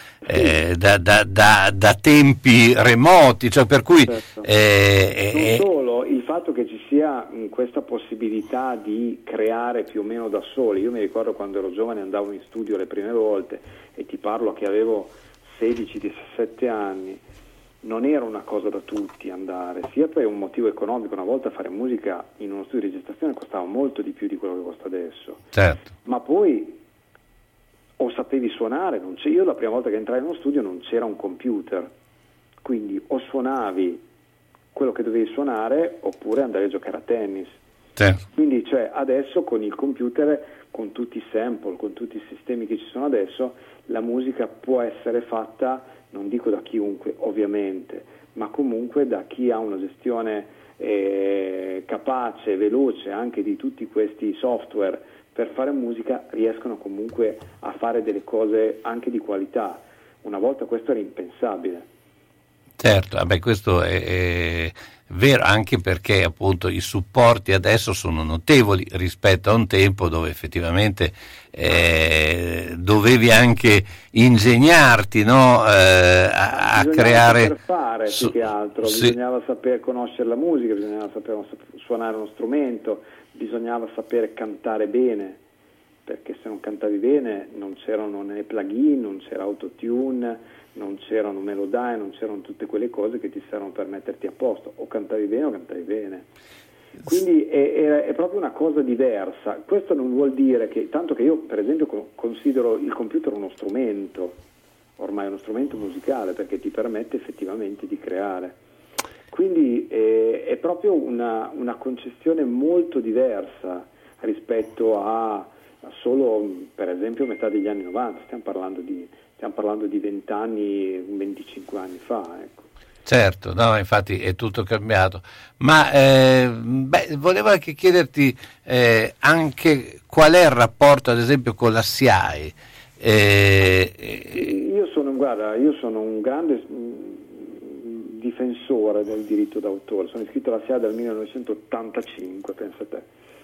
[SPEAKER 3] da tempi remoti, cioè per cui
[SPEAKER 4] certo. Non solo il fatto che ci sia questa possibilità di creare più o meno da soli. Io mi ricordo quando ero giovane, andavo in studio le prime volte, e ti parlo che avevo 16-17 anni. Non era una cosa da tutti andare, sia per un motivo economico. Una volta fare musica in uno studio di registrazione costava molto di più di quello che costa adesso.
[SPEAKER 3] Certo.
[SPEAKER 4] Ma poi o sapevi suonare, io la prima volta che entrai in uno studio non c'era un computer, quindi o suonavi quello che dovevi suonare oppure andavi a giocare a tennis.
[SPEAKER 3] Certo.
[SPEAKER 4] Quindi adesso con il computer, con tutti i sample, con tutti i sistemi che ci sono adesso, la musica può essere fatta, non dico da chiunque ovviamente, ma comunque da chi ha una gestione capace, veloce anche di tutti questi software per fare musica, riescono comunque a fare delle cose anche di qualità. Una volta questo era impensabile.
[SPEAKER 3] Certo, questo è vero, anche perché appunto i supporti adesso sono notevoli rispetto a un tempo dove effettivamente dovevi anche ingegnarti, no? A creare.
[SPEAKER 4] Saper fare più che altro, bisognava saper conoscere la musica, bisognava saper suonare uno strumento, bisognava sapere cantare bene, perché se non cantavi bene non c'erano né plugin, non c'era autotune, non c'erano melodie, non c'erano tutte quelle cose che ti servono per metterti a posto. O cantavi bene o cantavi bene. Quindi è proprio una cosa diversa. Questo non vuol dire che, tanto che io per esempio considero il computer uno strumento, ormai uno strumento musicale, perché ti permette effettivamente di creare. Quindi è proprio una concezione molto diversa rispetto a solo, per esempio, metà degli anni 90. Stiamo parlando di 20 anni, 25 anni fa, ecco.
[SPEAKER 3] Certo, no, infatti è tutto cambiato. Ma volevo anche chiederti anche qual è il rapporto, ad esempio, con la SIAE.
[SPEAKER 4] Io sono un grande difensore del diritto d'autore. Sono iscritto alla SIAE dal 1985, pensa te.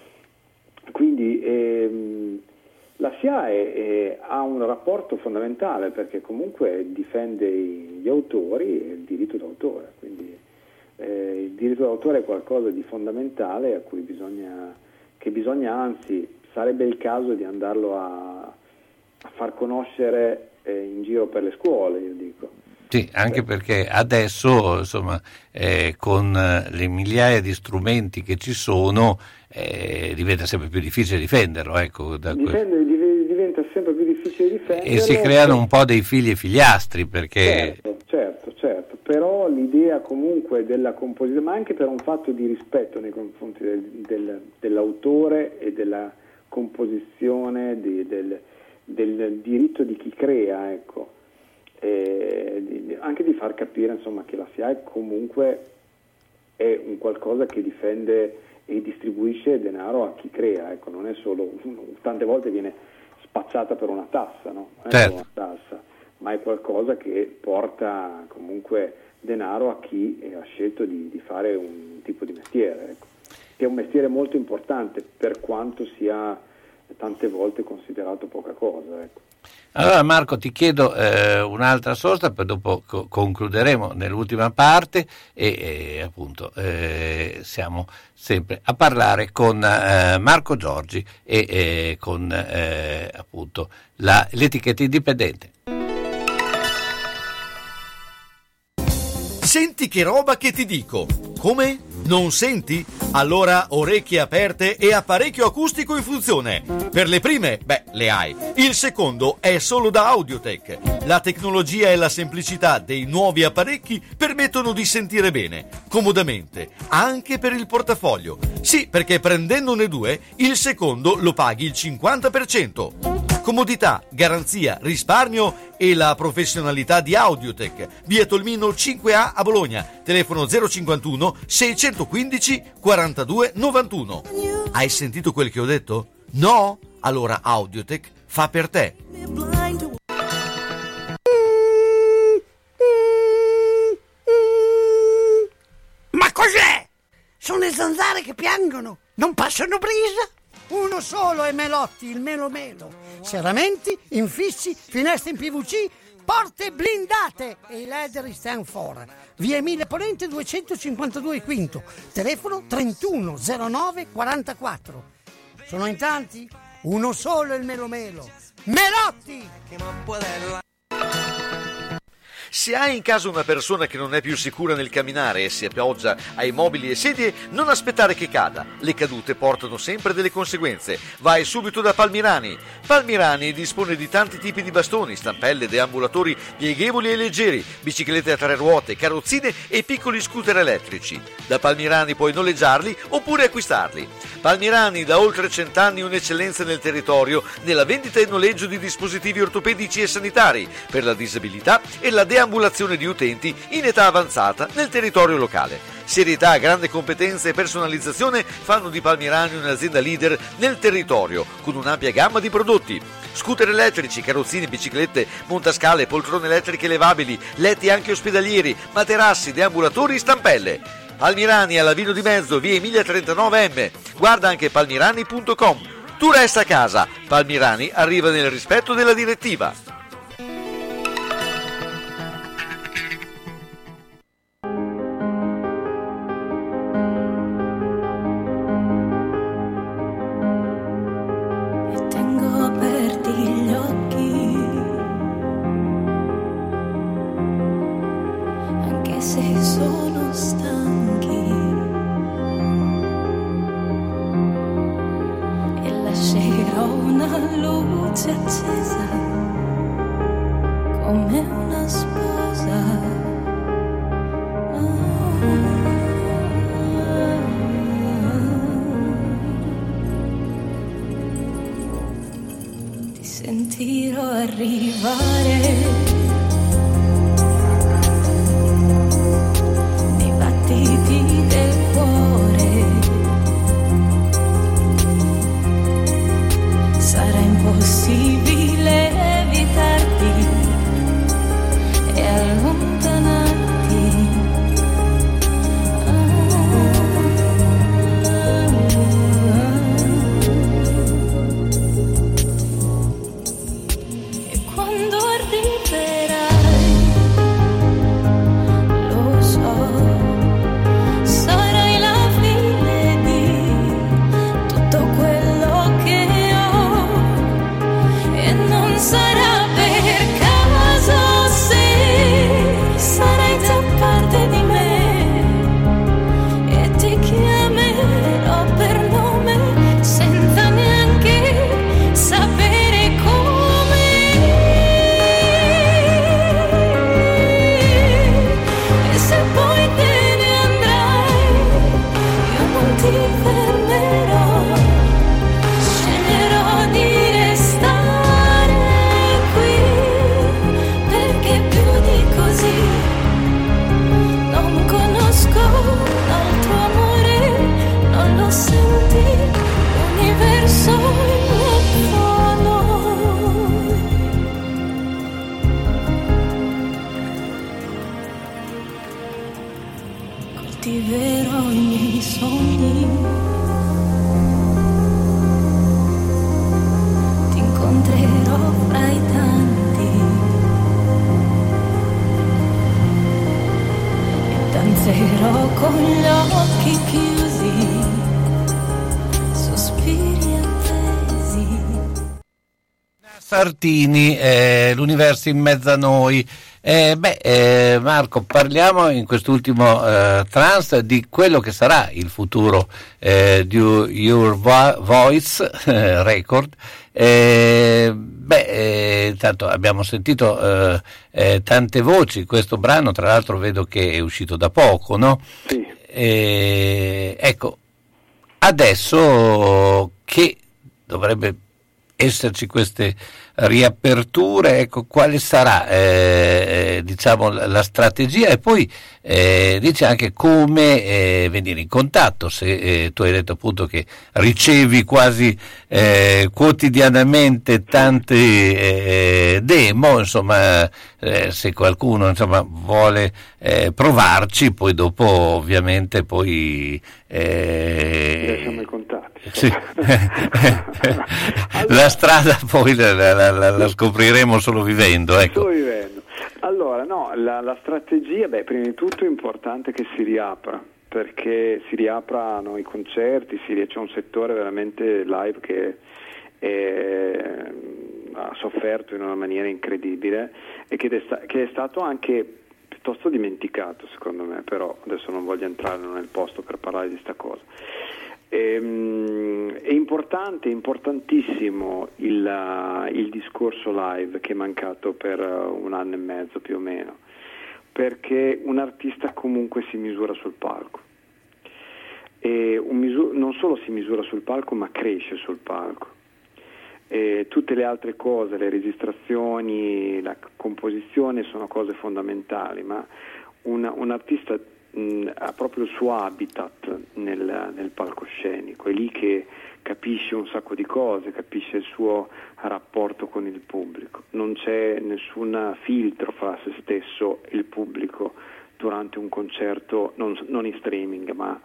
[SPEAKER 4] Quindi la SIAE ha un rapporto fondamentale, perché comunque difende gli autori e il diritto d'autore, quindi il diritto d'autore è qualcosa di fondamentale a cui bisogna, anzi sarebbe il caso di andarlo a far conoscere in giro per le scuole, io dico.
[SPEAKER 3] Sì, anche perché adesso, insomma, con le migliaia di strumenti che ci sono, diventa sempre più difficile difenderlo. Ecco,
[SPEAKER 4] diventa sempre più difficile difenderlo.
[SPEAKER 3] E si creano un po' dei figli e figliastri, perché...
[SPEAKER 4] Certo, però l'idea comunque della composizione, ma anche per un fatto di rispetto nei confronti dell'autore e della composizione, del diritto di chi crea, ecco. Anche di far capire, insomma, che la SIAE comunque è un qualcosa che difende e distribuisce denaro a chi crea, ecco. Non è solo, tante volte viene spacciata per una tassa, no? Non è solo una tassa, ma è qualcosa che porta comunque denaro a chi ha scelto di fare un tipo di mestiere, ecco. Che è un mestiere molto importante, per quanto sia tante volte considerato poca cosa, ecco.
[SPEAKER 3] Allora Marco, ti chiedo un'altra sosta, poi dopo concluderemo nell'ultima parte e appunto siamo sempre a parlare con Marco Giorgi e con appunto l'etichetta indipendente.
[SPEAKER 2] Senti che roba che ti dico? Come? Non senti? Allora orecchie aperte e apparecchio acustico in funzione. Per le prime, le hai. Il secondo è solo da Audiotech. La tecnologia e la semplicità dei nuovi apparecchi permettono di sentire bene, comodamente, anche per il portafoglio. Sì, perché prendendone due, il secondo lo paghi il 50%. Comodità, garanzia, risparmio e la professionalità di Audiotech. Via Tolmino 5A a Bologna. Telefono 051 615 42 91. Hai sentito quel che ho detto? No? Allora Audiotech fa per te.
[SPEAKER 9] Ma cos'è? Sono le zanzare che piangono, non passano brisa? Uno solo è Melotti, il Melo Melo. Serramenti, infissi, finestre in PVC, porte blindate e i leder stand for. Via Emile Ponente 252 Quinto, telefono 31 09 44. Sono in tanti? Uno solo è il Melo Melo. Melotti!
[SPEAKER 2] Se hai in casa una persona che non è più sicura nel camminare e si appoggia ai mobili e sedie, non aspettare che cada. Le cadute portano sempre delle conseguenze. Vai subito da Palmirani. Palmirani dispone di tanti tipi di bastoni, stampelle, deambulatori pieghevoli e leggeri, biciclette a 3 ruote, carrozzine e piccoli scooter elettrici. Da Palmirani puoi noleggiarli oppure acquistarli. Palmirani, da oltre 100 anni un'eccellenza nel territorio nella vendita e noleggio di dispositivi ortopedici e sanitari per la disabilità e la deambulazione di utenti in età avanzata nel territorio locale. Serietà, grande competenza e personalizzazione fanno di Palmirani un'azienda leader nel territorio, con un'ampia gamma di prodotti. Scooter elettrici, carrozzine, biciclette, montascale, poltrone elettriche levabili, letti anche ospedalieri, materassi, deambulatori, stampelle. Palmirani alla Vino di Mezzo, via Emilia 39M. Guarda anche palmirani.com. Tu resta a casa. Palmirani arriva nel rispetto della direttiva.
[SPEAKER 6] Sentirò arrivare i battiti del cuore. Sarà impossibile evitarti e allontanarti. Coltiverò i miei sogni, ti incontrerò fra i tanti e danzerò con gli occhi chiusi, sospiri attesi.
[SPEAKER 3] Sartini, l'universo in mezzo a noi. Marco, parliamo in quest'ultimo trance di quello che sarà il futuro di Your Voice Record. Intanto abbiamo sentito tante voci. Questo brano, tra l'altro, vedo che è uscito da poco, no?
[SPEAKER 4] Sì.
[SPEAKER 3] Ecco, adesso che dovrebbe esserci queste riaperture, ecco, quale sarà diciamo la strategia, e poi dice anche come venire in contatto, se tu hai detto appunto che ricevi quasi quotidianamente tante demo, insomma, se qualcuno insomma vuole provarci, poi dopo ovviamente poi
[SPEAKER 4] lasciamo i contatti.
[SPEAKER 3] Sì. La strada poi la scopriremo solo vivendo, ecco.
[SPEAKER 4] Solo vivendo. Allora, no, la strategia, prima di tutto è importante che si riapra, perché si riaprano i concerti, c'è un settore veramente live che ha sofferto in una maniera incredibile e che è stato anche piuttosto dimenticato, secondo me, però adesso non voglio entrare nel posto per parlare di sta cosa. È importantissimo il discorso live, che è mancato per 1 anno e mezzo più o meno, perché un artista comunque si misura sul palco, e non solo si misura sul palco, ma cresce sul palco. E tutte le altre cose, le registrazioni, la composizione sono cose fondamentali, ma un artista ha proprio il suo habitat nel palcoscenico, è lì che capisce un sacco di cose, capisce il suo rapporto con il pubblico, non c'è nessun filtro fra se stesso e il pubblico durante un concerto, non in streaming, ma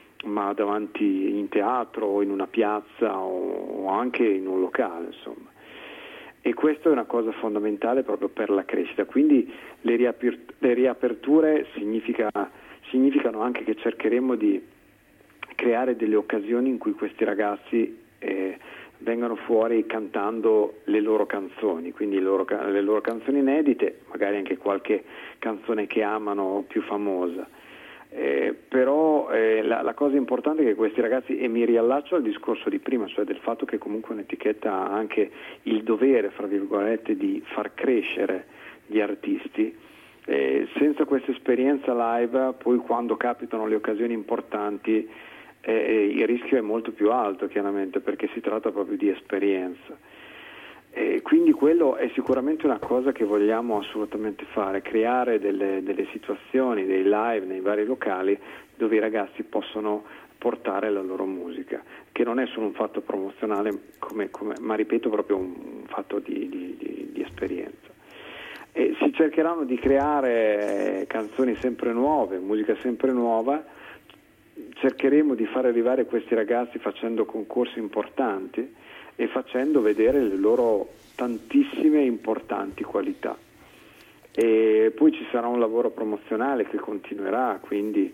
[SPEAKER 4] davanti in teatro o in una piazza o anche in un locale, insomma. E questo è una cosa fondamentale proprio per la crescita. Quindi le riaperture significano anche che cercheremo di creare delle occasioni in cui questi ragazzi vengano fuori cantando le loro canzoni, quindi le loro canzoni inedite, magari anche qualche canzone che amano più famosa. Però la cosa importante è che questi ragazzi, e mi riallaccio al discorso di prima, cioè del fatto che comunque un'etichetta ha anche il dovere, fra virgolette, di far crescere gli artisti. Senza questa esperienza live, poi quando capitano le occasioni importanti, il rischio è molto più alto, chiaramente, perché si tratta proprio di esperienza. Quindi quello è sicuramente una cosa che vogliamo assolutamente fare, creare delle situazioni, dei live nei vari locali dove i ragazzi possono portare la loro musica, che non è solo un fatto promozionale, ma ripeto, proprio un fatto di esperienza. E si cercheranno di creare canzoni sempre nuove, musica sempre nuova. Cercheremo di far arrivare questi ragazzi facendo concorsi importanti e facendo vedere le loro tantissime importanti qualità. E poi ci sarà un lavoro promozionale che continuerà, quindi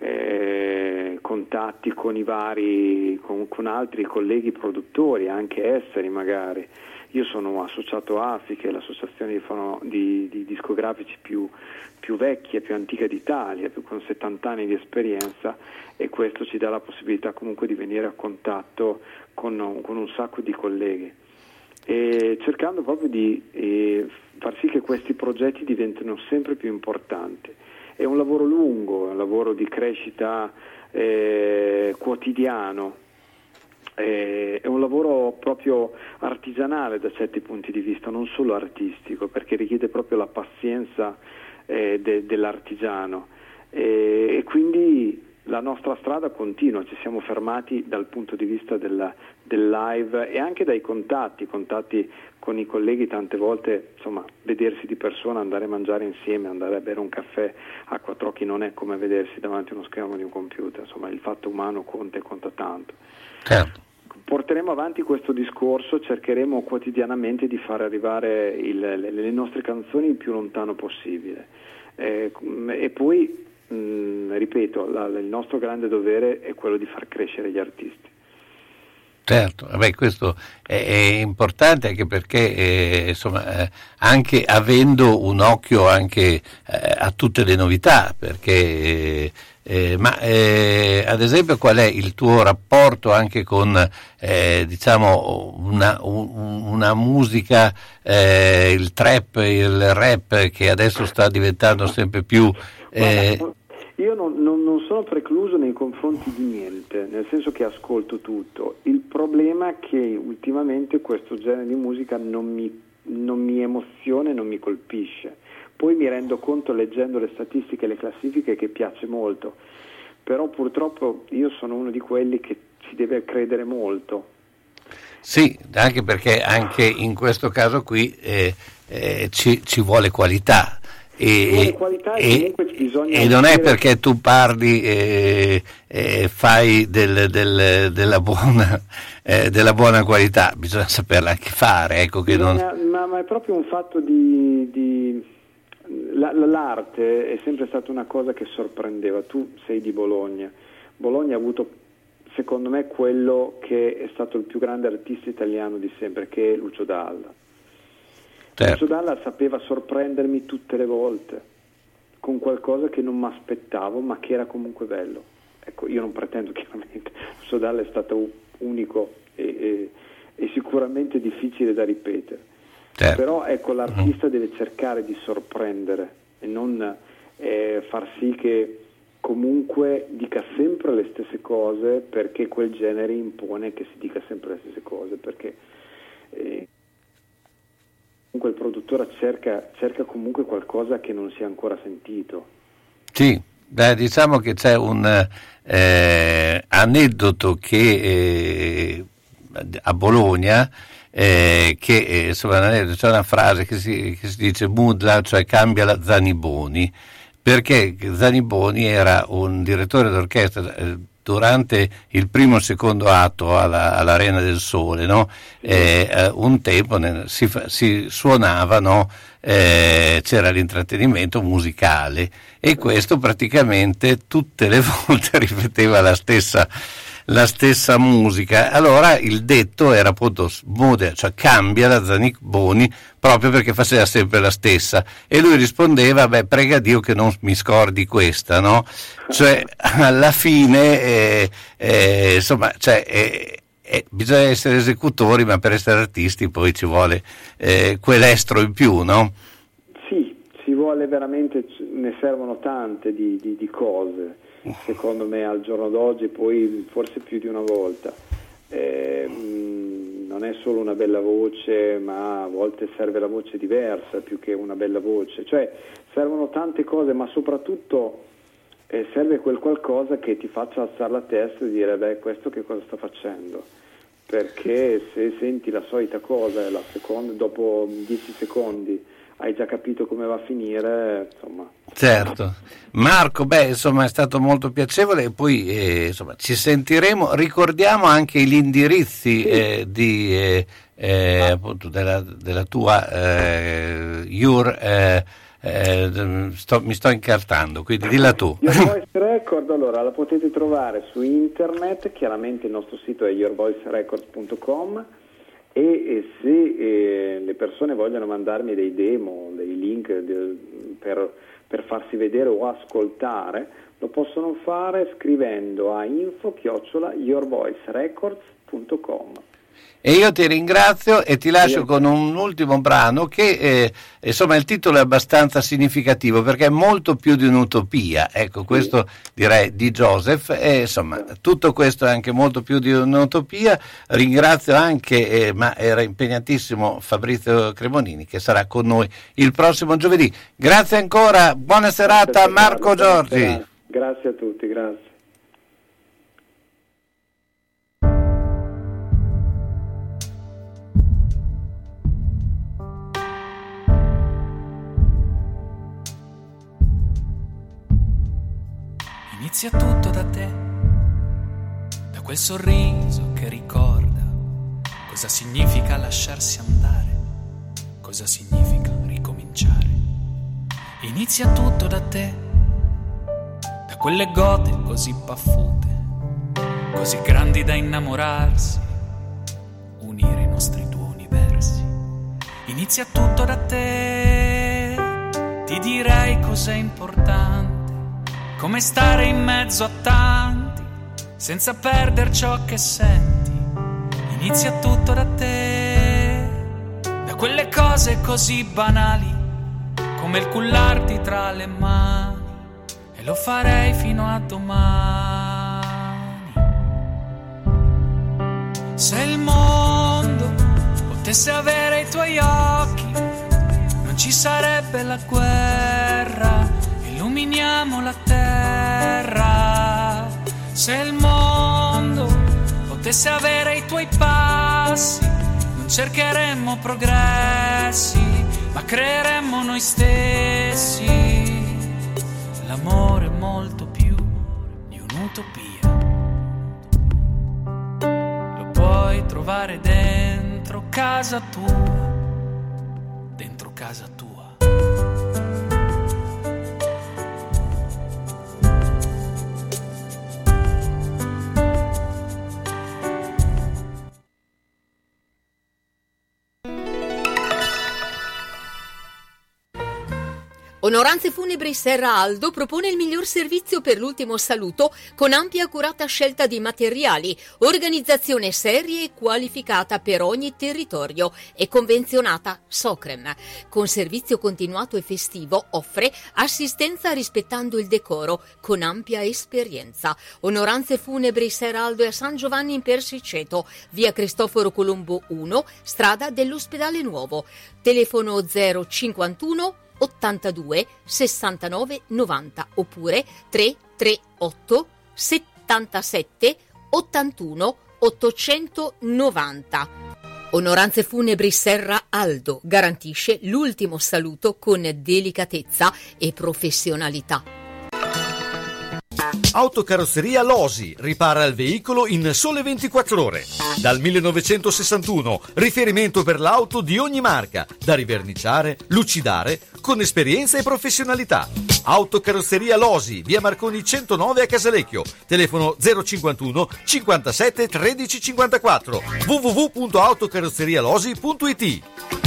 [SPEAKER 4] contatti con con altri colleghi produttori, anche esteri magari. Io sono associato a AFI, che è l'associazione di discografici più vecchia, più antica d'Italia, con 70 anni di esperienza, e questo ci dà la possibilità comunque di venire a contatto con un sacco di colleghi, e cercando proprio di far sì che questi progetti diventino sempre più importanti. È un lavoro lungo, è un lavoro di crescita quotidiano, è un lavoro proprio artigianale da certi punti di vista, non solo artistico, perché richiede proprio la pazienza dell'artigiano, e quindi la nostra strada continua. Ci siamo fermati dal punto di vista del live e anche dai contatti con i colleghi. Tante volte, insomma, vedersi di persona, andare a mangiare insieme, andare a bere un caffè a quattro occhi non è come vedersi davanti a uno schermo di un computer, insomma il fatto umano conta tanto.
[SPEAKER 3] Certo.
[SPEAKER 4] Porteremo avanti questo discorso, cercheremo quotidianamente di far arrivare le nostre canzoni il più lontano possibile, e poi ripeto, il nostro grande dovere è quello di far crescere gli artisti.
[SPEAKER 3] Certo, questo è importante, anche perché insomma, anche avendo un occhio anche a tutte le novità, perché ad esempio qual è il tuo rapporto anche con diciamo una musica, il trap, il rap, che adesso sta diventando sempre più
[SPEAKER 4] Io non sono precluso nei confronti di niente, nel senso che ascolto tutto. Il problema è che ultimamente questo genere di musica non mi emoziona e non mi colpisce. Poi mi rendo conto, leggendo le statistiche e le classifiche, che piace molto, però purtroppo io sono uno di quelli che ci deve credere molto.
[SPEAKER 3] Sì, anche perché anche in questo caso qui ci vuole qualità. E non è perché tu parli fai della buona qualità, bisogna saperla anche fare, ecco, che
[SPEAKER 4] ma è proprio un fatto di l'arte è sempre stata una cosa che sorprendeva. Tu sei di Bologna ha avuto, secondo me, quello che è stato il più grande artista italiano di sempre, che è Lucio Dalla.
[SPEAKER 3] Certo.
[SPEAKER 4] Lucio Dalla sapeva sorprendermi tutte le volte con qualcosa che non mi aspettavo, ma che era comunque bello. Ecco, io non pretendo, chiaramente, Lucio Dalla è stato unico e sicuramente difficile da ripetere.
[SPEAKER 3] Certo.
[SPEAKER 4] Però ecco, l'artista deve cercare di sorprendere e non far sì che comunque dica sempre le stesse cose, perché quel genere impone che si dica sempre le stesse cose, perché comunque il produttore cerca comunque qualcosa che non si è ancora sentito.
[SPEAKER 3] Sì, diciamo che c'è un aneddoto che a Bologna che insomma c'è una frase che si dice mudla, cioè cambia la Zaniboni, perché Zaniboni era un direttore d'orchestra durante il primo e il secondo atto all'Arena del Sole, no? Un tempo si suonava, no? C'era l'intrattenimento musicale e questo praticamente tutte le volte ripeteva la stessa musica. Allora il detto era appunto cioè cambia la Zaniboni, proprio perché faceva sempre la stessa, e lui rispondeva: beh, prega Dio che non mi scordi questa, no? Cioè alla fine insomma, cioè bisogna essere esecutori, ma per essere artisti poi ci vuole quell'estro in più, no?
[SPEAKER 4] Sì, ci vuole veramente, ne servono tante di cose, secondo me, al giorno d'oggi, poi forse più di una volta. Non è solo una bella voce, ma a volte serve la voce diversa più che una bella voce, cioè servono tante cose, ma soprattutto serve quel qualcosa che ti faccia alzare la testa e dire: beh, questo che cosa sta facendo? Perché se senti la solita cosa dopo 10 secondi hai già capito come va a finire, insomma.
[SPEAKER 3] Certo. Marco, insomma, è stato molto piacevole, e poi insomma ci sentiremo. Ricordiamo anche gli indirizzi appunto della tua mi sto incartando, quindi dilla tu.
[SPEAKER 4] Your Voice Record, allora, la potete trovare su internet, chiaramente il nostro sito è yourvoicerecords.com, e se le persone vogliono mandarmi dei demo, dei link per farsi vedere o ascoltare, lo possono fare scrivendo a info@yourvoicerecords.com.
[SPEAKER 3] E io ti ringrazio e ti lascio con un ultimo brano che insomma il titolo è abbastanza significativo, perché è molto più di un'utopia, ecco, questo direi di Joseph, e insomma tutto questo è anche molto più di un'utopia. Ringrazio anche, ma era impegnatissimo, Fabrizio Cremonini, che sarà con noi il prossimo giovedì. Grazie ancora, buona serata Marco Giorgi.
[SPEAKER 4] Grazie a tutti, grazie.
[SPEAKER 10] Inizia tutto da te, da quel sorriso che ricorda cosa significa lasciarsi andare, cosa significa ricominciare. Inizia tutto da te, da quelle gote così baffute, così grandi da innamorarsi, unire i nostri due universi. Inizia tutto da te, ti direi cos'è importante, come stare in mezzo a tanti, senza perdere ciò che senti. Inizia tutto da te, da quelle cose così banali, come il cullarti tra le mani e e lo farei fino a domani. Se il mondo potesse avere i tuoi occhi, non ci sarebbe la guerra, illuminiamo la terra. Se il mondo potesse avere i tuoi passi, non cercheremmo progressi, ma creeremmo noi stessi. L'amore è molto più di un'utopia, lo puoi trovare dentro casa tua, dentro casa tua.
[SPEAKER 5] Onoranze Funebri Serra Aldo propone il miglior servizio per l'ultimo saluto con ampia e accurata scelta di materiali, organizzazione seria e qualificata per ogni territorio e convenzionata Socrem. Con servizio continuato e festivo offre assistenza rispettando il decoro con ampia esperienza. Onoranze Funebri Serra Aldo a San Giovanni in Persiceto, via Cristoforo Colombo 1, strada dell'Ospedale Nuovo. Telefono 051 82 69 90 oppure 338 77 81 890. Onoranze Funebri Serra Aldo garantisce l'ultimo saluto con delicatezza e professionalità.
[SPEAKER 2] Autocarrozzeria Losi ripara il veicolo in sole 24 ore. Dal 1961, riferimento per l'auto di ogni marca, da riverniciare, lucidare, con esperienza e professionalità. Autocarrozzeria Losi, via Marconi 109 a Casalecchio. Telefono 051 57 13 54. www.autocarrozzerialosi.it.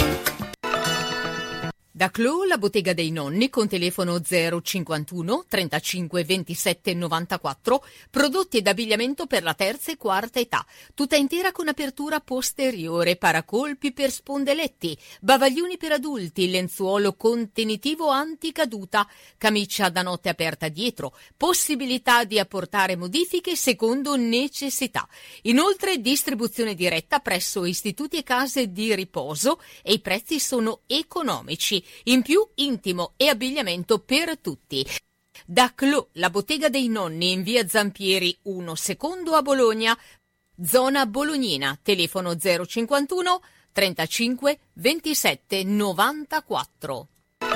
[SPEAKER 5] Da Clou, la bottega dei nonni, con telefono 051 35 27 94, prodotti ed abbigliamento per la terza e quarta età, tutta intera con apertura posteriore, paracolpi per spondeletti, bavaglioni per adulti, lenzuolo contenitivo anticaduta, camicia da notte aperta dietro, possibilità di apportare modifiche secondo necessità. Inoltre distribuzione diretta presso istituti e case di riposo e i prezzi sono economici. In più intimo e abbigliamento per tutti. Da Clou, la bottega dei nonni in via Zampieri 1 secondo a Bologna, zona bolognina, telefono 051 35 27 94.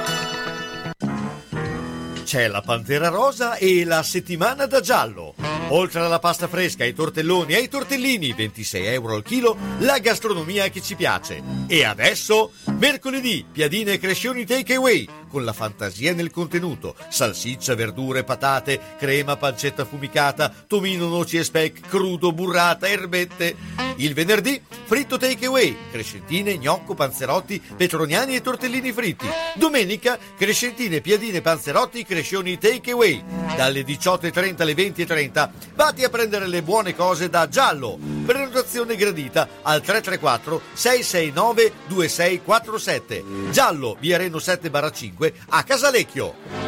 [SPEAKER 2] C'è la Pantera Rosa e la settimana da giallo. Oltre alla pasta fresca, ai tortelloni e ai tortellini, 26 euro al chilo, la gastronomia che ci piace. E adesso, mercoledì, piadine e crescioni take away, con la fantasia nel contenuto. Salsiccia, verdure, patate, crema, pancetta affumicata, tomino, noci e speck, crudo, burrata, erbette. Il venerdì, fritto take away, crescentine, gnocco, panzerotti, petroniani e tortellini fritti. Domenica, crescentine, piadine, panzerotti, crescioni take away. Dalle 18:30 alle 20:30 vatti a prendere le buone cose da Giallo. Prenotazione gradita al 334 669 2647. Giallo, via Reno 7/5 a Casalecchio.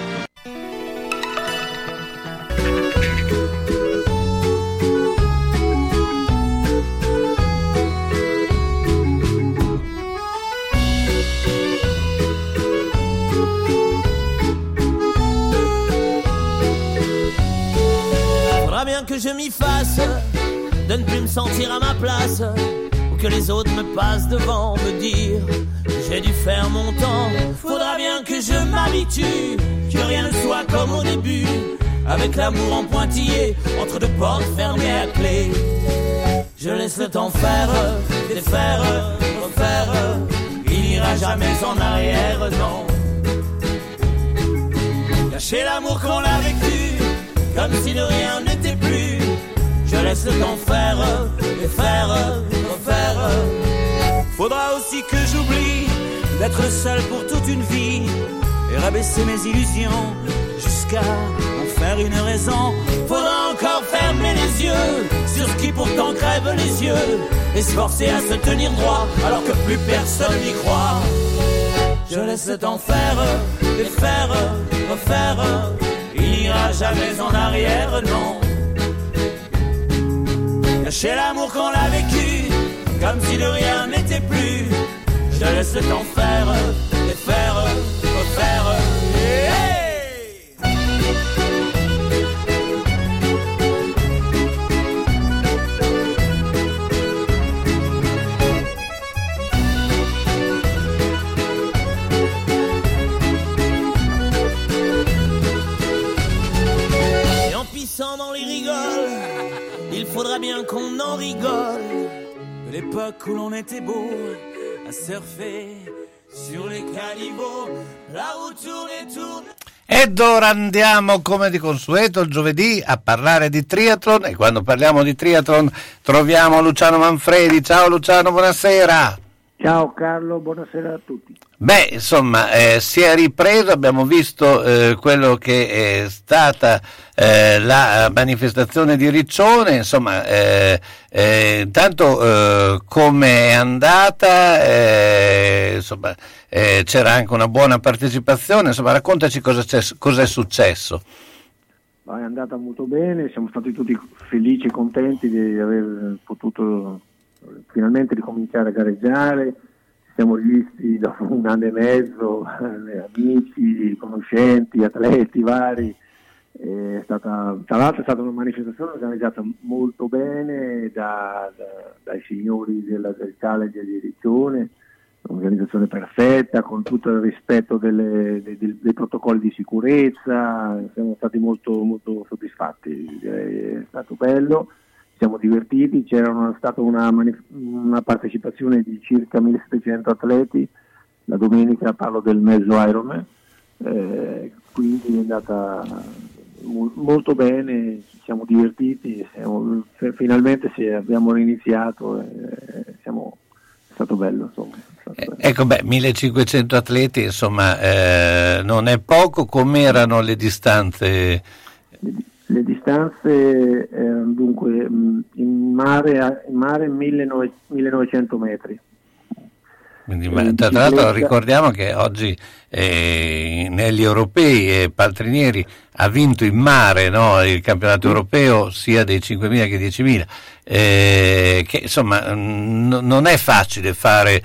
[SPEAKER 11] Bien que je m'y fasse de ne plus me sentir à ma place, ou que les autres me passent devant, me dire que j'ai dû faire mon temps. Faudra bien que je m'habitue, que rien ne soit comme au début, avec l'amour en pointillé entre deux portes fermées à clé. Je laisse le temps faire, défaire, refaire, il n'ira jamais en arrière, non. Lâcher l'amour qu'on l'a vécu, comme si de rien n'était plus. Je laisse le temps faire, et faire, refaire. Faudra aussi que j'oublie d'être seul pour toute une vie et rabaisser mes illusions jusqu'à en faire une raison. Faudra encore fermer les yeux sur ce qui pourtant crève les yeux et se forcer à se tenir droit alors que plus personne n'y croit. Je laisse le temps faire, et faire, refaire. Il jamais en arrière, non. Cacher l'amour qu'on l'a vécu, comme si de rien n'était plus. Je te laisse le temps faire, et faire, refaire. Hey! Et en pissant dans les rigoles, il faudra bien qu'on en rigole. De l'époque où l'on était beau à surfer sur les caniveaux, là où tourne et tourne.
[SPEAKER 3] Ed ora andiamo come di consueto il giovedì a parlare di triathlon, e quando parliamo di triathlon troviamo Luciano Manfredi. Ciao Luciano, buonasera.
[SPEAKER 12] Ciao Carlo, buonasera a tutti.
[SPEAKER 3] Beh, insomma, si è ripreso, abbiamo visto quello che è stata la manifestazione di Riccione, insomma, intanto come è andata, insomma, c'era anche una buona partecipazione, insomma, raccontaci cosa è successo.
[SPEAKER 12] È andata molto bene, siamo stati tutti felici e contenti di aver potuto finalmente ricominciare a gareggiare. Siamo rivisti dopo un anno e mezzo, amici, conoscenti, atleti vari. Tra l'altro è stata una manifestazione organizzata molto bene dai signori del Challenge di Riccione, un'organizzazione perfetta, con tutto il rispetto dei protocolli di sicurezza. Siamo stati molto, molto soddisfatti, è stato bello. Siamo divertiti, c'era stata una partecipazione di circa 1700 atleti, la domenica parlo del mezzo Ironman, quindi è andata molto bene, ci siamo divertiti, finalmente abbiamo riniziato, è stato bello, insomma.
[SPEAKER 3] Ecco, 1500 atleti, insomma, non è poco. Com'erano le distanze?
[SPEAKER 12] Le distanze erano dunque in mare 1900 metri.
[SPEAKER 3] Quindi, tra l'altro ricordiamo che oggi negli europei Paltrinieri ha vinto in mare, no, il campionato europeo sia dei 5.000 che 10.000, che insomma non è facile fare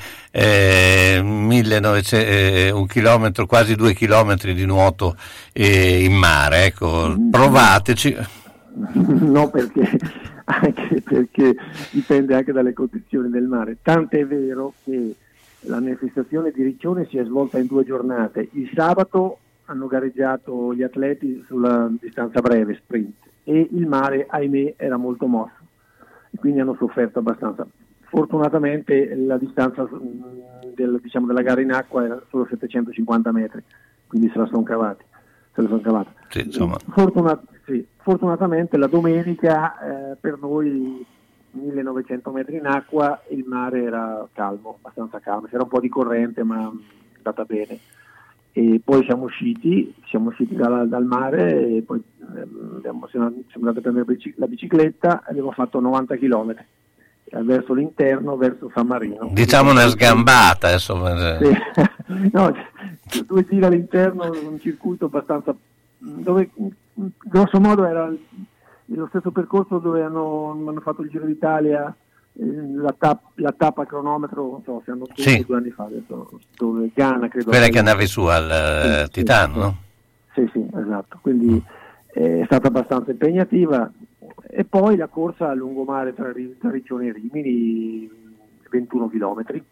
[SPEAKER 3] 1900, un chilometro, quasi 2 chilometri di nuoto in mare, ecco, provateci.
[SPEAKER 12] No, anche perché dipende anche dalle condizioni del mare, tanto è vero che la manifestazione di Riccione si è svolta in 2 giornate. Il sabato hanno gareggiato gli atleti sulla distanza breve, sprint, e il mare, ahimè, era molto mosso, e quindi hanno sofferto abbastanza. Fortunatamente la distanza della gara in acqua era solo 750 metri, quindi se la sono cavata.
[SPEAKER 3] Sì, insomma.
[SPEAKER 12] Fortunatamente la domenica per noi 1900 metri in acqua, il mare era calmo, abbastanza calmo, c'era un po' di corrente ma è andata bene, e poi siamo usciti dal mare e poi siamo andati a prendere la bicicletta e abbiamo fatto 90 km verso l'interno, verso San Marino.
[SPEAKER 3] Diciamo una sgambata, insomma.
[SPEAKER 12] Sì. No, 2 giri all'interno, un circuito abbastanza, dove grosso modo era lo stesso percorso dove hanno fatto il Giro d'Italia, la tappa cronometro, non so se hanno fatto 2 anni fa adesso, dove Ghana credo.
[SPEAKER 3] Quella che andavi su al Titano, no?
[SPEAKER 12] Sì, esatto, quindi è stata abbastanza impegnativa. E poi la corsa a lungomare tra Riccione e Rimini, 21 chilometri.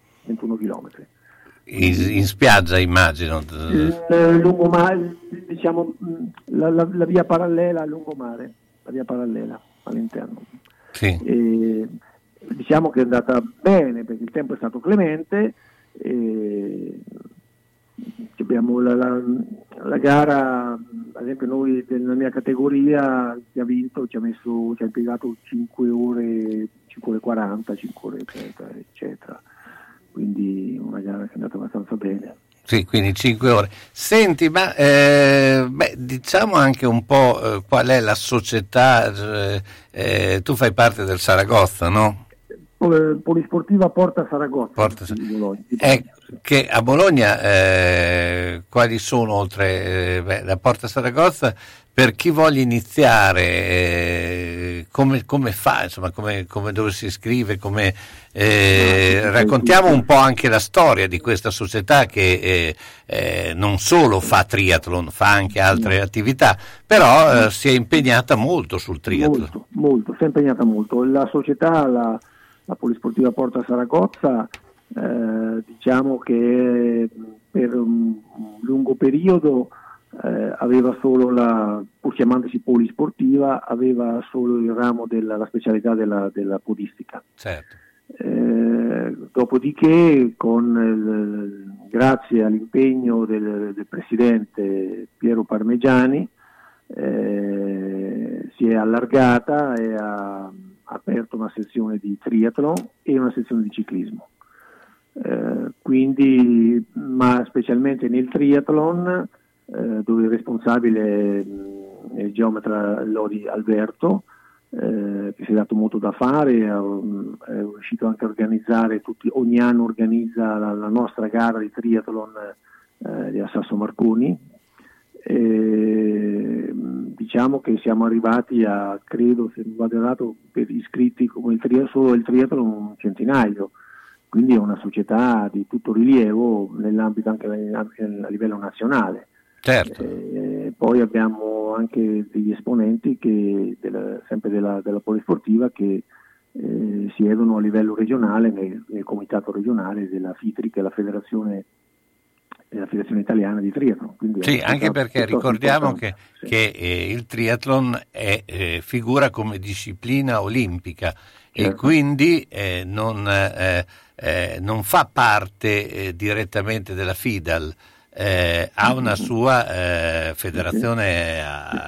[SPEAKER 3] In spiaggia, immagino.
[SPEAKER 12] Il lungomare, diciamo, la via parallela al lungomare, la via parallela all'interno.
[SPEAKER 3] Sì.
[SPEAKER 12] E diciamo che è andata bene perché il tempo è stato clemente. Abbiamo la gara, ad esempio noi nella mia categoria, chi ha vinto ci ha impiegato 5 ore 40, 5 ore eccetera, quindi una gara che è andata abbastanza bene.
[SPEAKER 3] Sì, quindi 5 ore. Senti, ma diciamo anche un po' qual è la società, tu fai parte del Saragozza, no?
[SPEAKER 12] Polisportiva Porta Saragozza. Di Bologna.
[SPEAKER 3] Che a Bologna quali sono, oltre la Porta Saragozza, per chi voglia iniziare, come fa, insomma, come dove si iscrive, raccontiamo un po' anche la storia di questa società che non solo fa triathlon, fa anche altre attività, però si è impegnata molto sul triathlon.
[SPEAKER 12] Molto, si è impegnata molto. La società, la Polisportiva Porta Saragozza, diciamo che per un lungo periodo aveva solo pur chiamandosi polisportiva, aveva solo il ramo la specialità della podistica.
[SPEAKER 3] Certo.
[SPEAKER 12] Dopodiché, grazie all'impegno del presidente Piero Parmegiani, si è allargata e ha aperto una sezione di triathlon e una sezione di ciclismo. Quindi, ma specialmente nel triathlon, dove il responsabile è il geometra Lodi Alberto, che si è dato molto da fare, è riuscito anche a organizzare ogni anno organizza la nostra gara di triathlon a Sasso Marconi. Diciamo che siamo arrivati a, credo, se non vado errato, per iscritti come solo il triathlon un centinaio, quindi è una società di tutto rilievo nell'ambito anche a livello nazionale.
[SPEAKER 3] Certo.
[SPEAKER 12] Poi abbiamo anche degli esponenti sempre della polisportiva che siedono a livello regionale nel comitato regionale della FITRI, che è la Federazione Italiana di Triathlon.
[SPEAKER 3] Sì, anche perché ricordiamo che il triathlon figura come disciplina olimpica, certo, e quindi non fa parte direttamente della FIDAL. Ha una sua federazione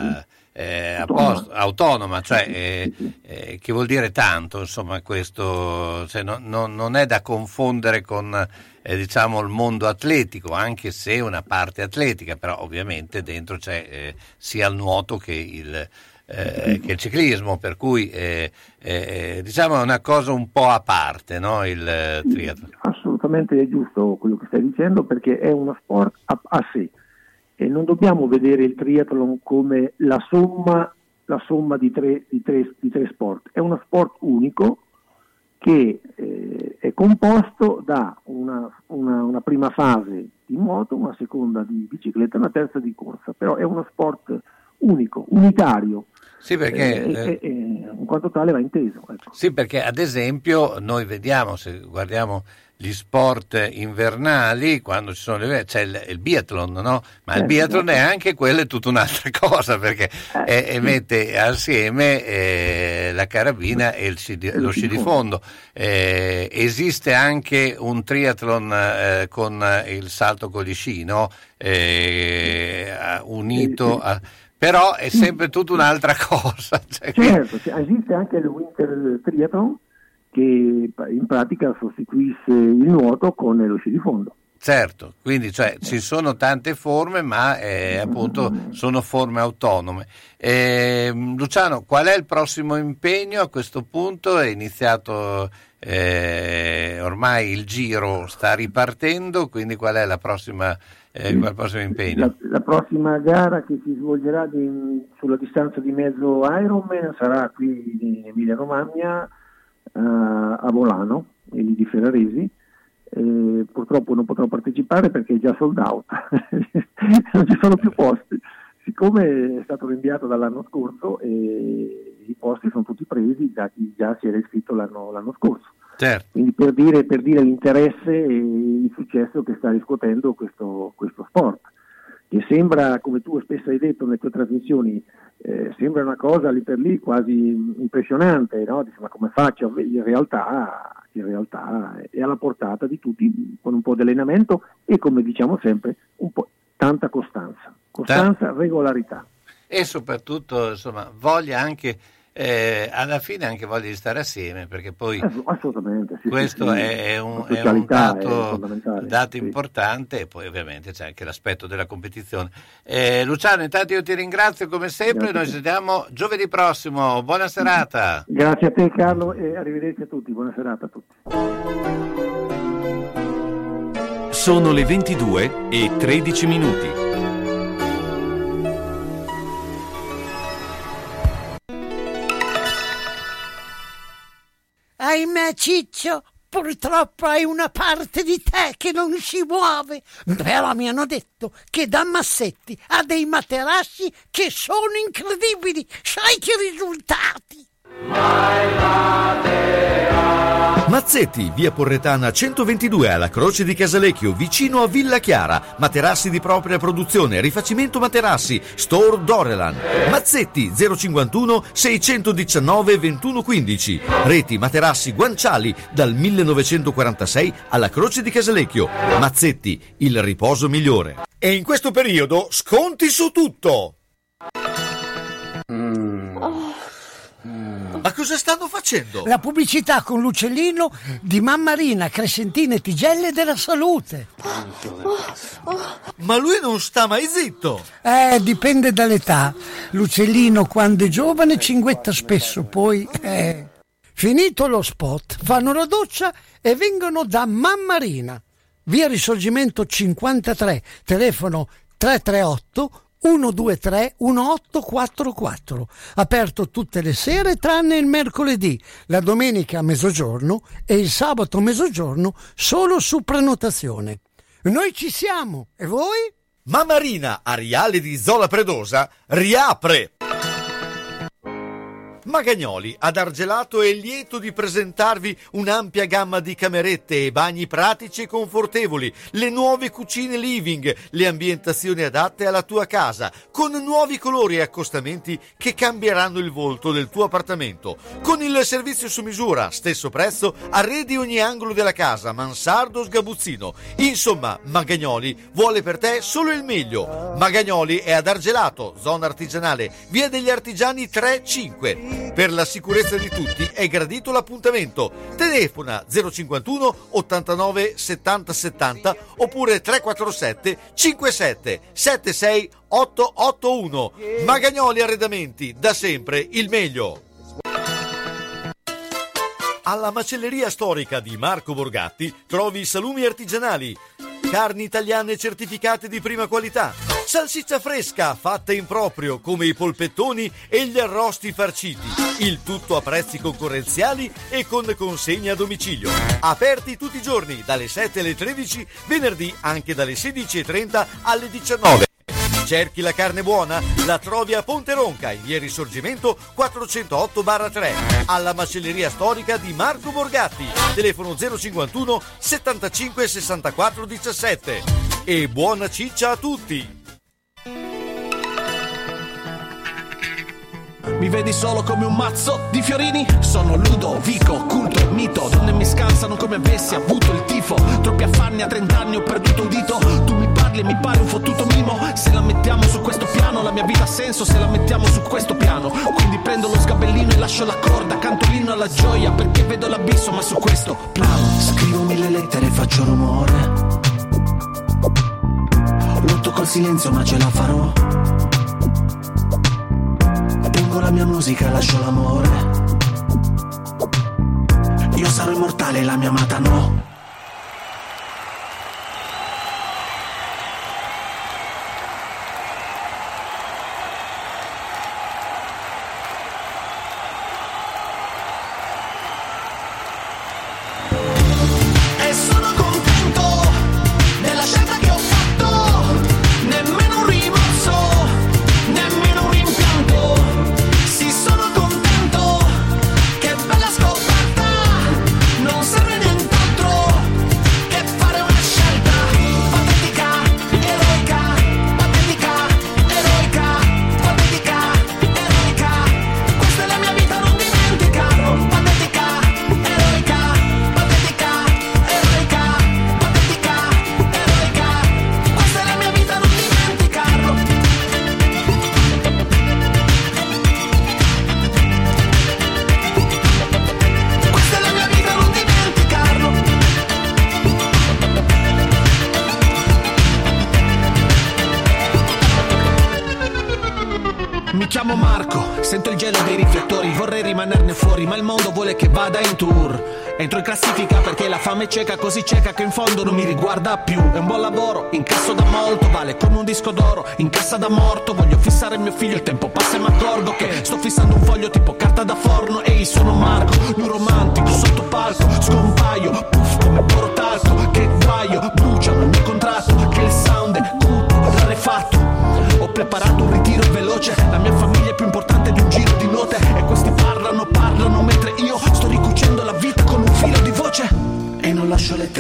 [SPEAKER 3] autonoma, cioè che vuol dire tanto, insomma, questo, cioè, non è da confondere con diciamo il mondo atletico, anche se una parte atletica, però ovviamente dentro c'è sia il nuoto che il ciclismo, per cui diciamo è una cosa un po' a parte, no, il triathlon.
[SPEAKER 12] Assolutamente è giusto quello che stai dicendo, perché è uno sport a sé e non dobbiamo vedere il triathlon come la somma di tre sport. È uno sport unico che è composto da una prima fase di nuoto, una seconda di bicicletta e una terza di corsa, però è uno sport unico, unitario.
[SPEAKER 3] Sì, perché
[SPEAKER 12] in quanto tale va inteso. Ecco.
[SPEAKER 3] Sì, perché ad esempio noi vediamo, se guardiamo gli sport invernali, quando ci sono c'è il biathlon, no? Ma il biathlon è anche quello, è tutta un'altra cosa, perché mette assieme la carabina e lo sci di fondo. Esiste anche un triathlon con il salto con gli sci, no? Unito a... Però è sempre tutta un'altra cosa. Cioè,
[SPEAKER 12] certo, esiste anche il Winter Triathlon, che in pratica sostituisce il nuoto con lo sci di fondo.
[SPEAKER 3] Certo, quindi ci sono tante forme, ma appunto sono forme autonome. Luciano, qual è il prossimo impegno a questo punto? È iniziato ormai il Giro, sta ripartendo, quindi qual è il prossimo impegno?
[SPEAKER 12] La prossima gara che si svolgerà sulla distanza di mezzo Ironman sarà qui in Emilia Romagna, a Volano, e lì di Ferraresi. Purtroppo non potrò partecipare perché è già sold out, non ci sono più posti, siccome è stato rinviato dall'anno scorso e i posti sono tutti presi da chi già si era iscritto l'anno scorso.
[SPEAKER 3] Certo.
[SPEAKER 12] Quindi per dire l'interesse e il successo che sta riscuotendo questo sport, che sembra, come tu spesso hai detto nelle tue trasmissioni, sembra una cosa lì per lì quasi impressionante, no? Dici, ma come faccio? In realtà è alla portata di tutti, con un po' di allenamento e, come diciamo sempre, un po' tanta costanza, regolarità.
[SPEAKER 3] E soprattutto, insomma, voglia anche alla fine anche voglia di stare assieme, perché poi
[SPEAKER 12] assolutamente
[SPEAKER 3] questo è un dato importante, e poi ovviamente c'è anche l'aspetto della competizione. Luciano, intanto io ti ringrazio come sempre. Grazie. Noi ci vediamo giovedì prossimo, buona serata.
[SPEAKER 12] Grazie a te Carlo e arrivederci a tutti, buona serata a tutti.
[SPEAKER 1] Sono le 22:13.
[SPEAKER 9] Ahimè, Ciccio, purtroppo hai una parte di te che non si muove. Però mi hanno detto che da Massetti ha dei materassi che sono incredibili. Sai che risultati!
[SPEAKER 2] Mazzetti, via Porretana 122 alla Croce di Casalecchio, vicino a Villa Chiara. Materassi di propria produzione, rifacimento materassi, Store Dorelan. Mazzetti 051 619 2115. Reti materassi guanciali dal 1946 alla Croce di Casalecchio. Mazzetti, il riposo migliore. E in questo periodo sconti su tutto. Ma cosa stanno facendo?
[SPEAKER 9] La pubblicità con l'uccellino di Mammarina, Crescentine e Tigelle della Salute.
[SPEAKER 2] Ma lui non sta mai zitto.
[SPEAKER 9] Dipende dall'età. L'uccellino quando è giovane cinguetta spesso, poi... Finito lo spot, fanno la doccia e vengono da Mammarina. Via Risorgimento 53, telefono 338 123 1844, aperto tutte le sere tranne il mercoledì, la domenica a mezzogiorno e il sabato a mezzogiorno solo su prenotazione. Noi ci siamo, e voi?
[SPEAKER 2] Mammarina, Ariale di Zola Predosa, riapre! Magagnoli ad Argelato è lieto di presentarvi un'ampia gamma di camerette e bagni pratici e confortevoli, le nuove cucine living, le ambientazioni adatte alla tua casa, con nuovi colori e accostamenti che cambieranno il volto del tuo appartamento. Con il servizio su misura, stesso prezzo, arredi ogni angolo della casa, mansardo, sgabuzzino. Insomma, Magagnoli vuole per te solo il meglio. Magagnoli è ad Argelato, zona artigianale, via degli Artigiani 3-5. Per la sicurezza di tutti è gradito l'appuntamento. Telefona 051 89 70 70 oppure 347 57 76 881. Magagnoli Arredamenti, da sempre il meglio. Alla macelleria storica di Marco Borgatti trovi salumi artigianali, carni italiane certificate di prima qualità, salsiccia fresca fatta in proprio come i polpettoni e gli arrosti farciti, il tutto a prezzi concorrenziali e con consegna a domicilio. Aperti tutti i giorni dalle 7 alle 13, venerdì anche dalle 16:30 alle 19. Cerchi la carne buona? La trovi a Ponte Ronca, in via Risorgimento 408/3, alla macelleria storica di Marco Borgatti. Telefono 051 75 64 17. E buona ciccia a tutti!
[SPEAKER 13] Mi vedi solo come un mazzo di fiorini? Sono Ludovico, culto e mito. Donne mi scansano come avessi avuto il tifo. Troppi affanni, a 30 anni ho perduto un dito. Tu mi parli e mi pari un fottuto mimo. Se la mettiamo su questo piano, la mia vita ha senso se la mettiamo su questo piano. Quindi prendo lo sgabellino e lascio la corda. Canto l'inno alla gioia perché vedo l'abisso, ma su questo piano scrivo 1000 lettere e faccio rumore. Lotto col silenzio ma ce la farò. Tengo la mia musica, lascio l'amore. Io sarò immortale, la mia amata no. E sono contento della scelta che ho fatto. Nemmeno un rimorso, nemmeno un rimpianto. Sì, sono contento, che bella scoperta. Non serve nient'altro che fare una scelta patetica, eroica, patetica, eroica, patetica, eroica. Questa è la mia vita, non dimenticarlo. Patetica, eroica, patetica, eroica, patetica, eroica. Questa è la mia vita, non dimenticarlo. Questa è la mia vita, non dimenticarlo. Mi chiamo Marco, sento il gelo dei riflettori. Vorrei rimanerne fuori, ma il mondo vuole che vada in tour. Entro in classifica perché la fame è cieca, così cieca che in fondo non mi riguarda più. È un buon lavoro, incasso da molto, vale come un disco d'oro, in cassa da morto. Voglio fissare mio figlio, il tempo passa e mi accorgo che sto fissando un foglio tipo carta da forno. Ehi, sono Marco, lui romantico, sotto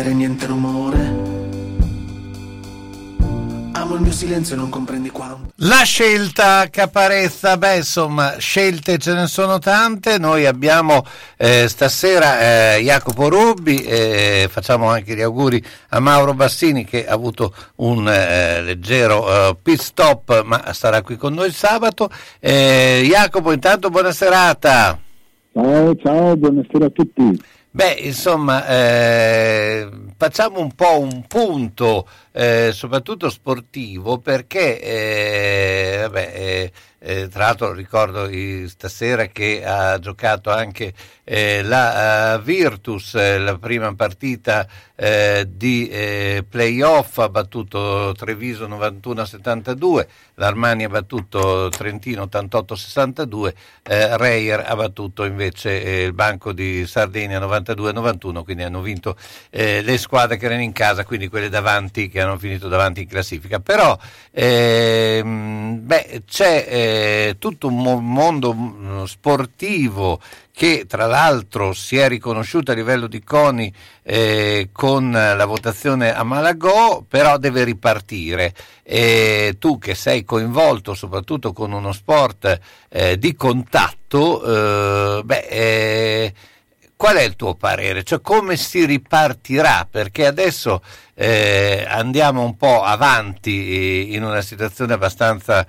[SPEAKER 13] chiacchiere, niente rumore. Amo il mio silenzio e non comprendi quanto.
[SPEAKER 3] La scelta Caparezza, insomma, scelte ce ne sono tante. Noi abbiamo stasera Jacopo Rubbi, facciamo anche gli auguri a Mauro Bassini che ha avuto un leggero pit stop, ma sarà qui con noi il sabato. Jacopo, intanto buona serata.
[SPEAKER 14] Ciao, buonasera a tutti.
[SPEAKER 3] Insomma, facciamo un po' un punto, soprattutto sportivo, perché, tra l'altro ricordo stasera che ha giocato anche la Virtus, la prima partita di playoff, ha battuto Treviso 91-72, l'Armani ha battuto Trentino 88-62, Reyer ha battuto invece il Banco di Sardegna 92-91, quindi hanno vinto le squadre che erano in casa, quindi quelle davanti che hanno finito davanti in classifica. Però c'è tutto un mondo sportivo che tra l'altro si è riconosciuto a livello di CONI con la votazione a Malagò, però deve ripartire. Tu che sei coinvolto soprattutto con uno sport di contatto, qual è il tuo parere? Cioè, come si ripartirà? Perché adesso andiamo un po' avanti in una situazione abbastanza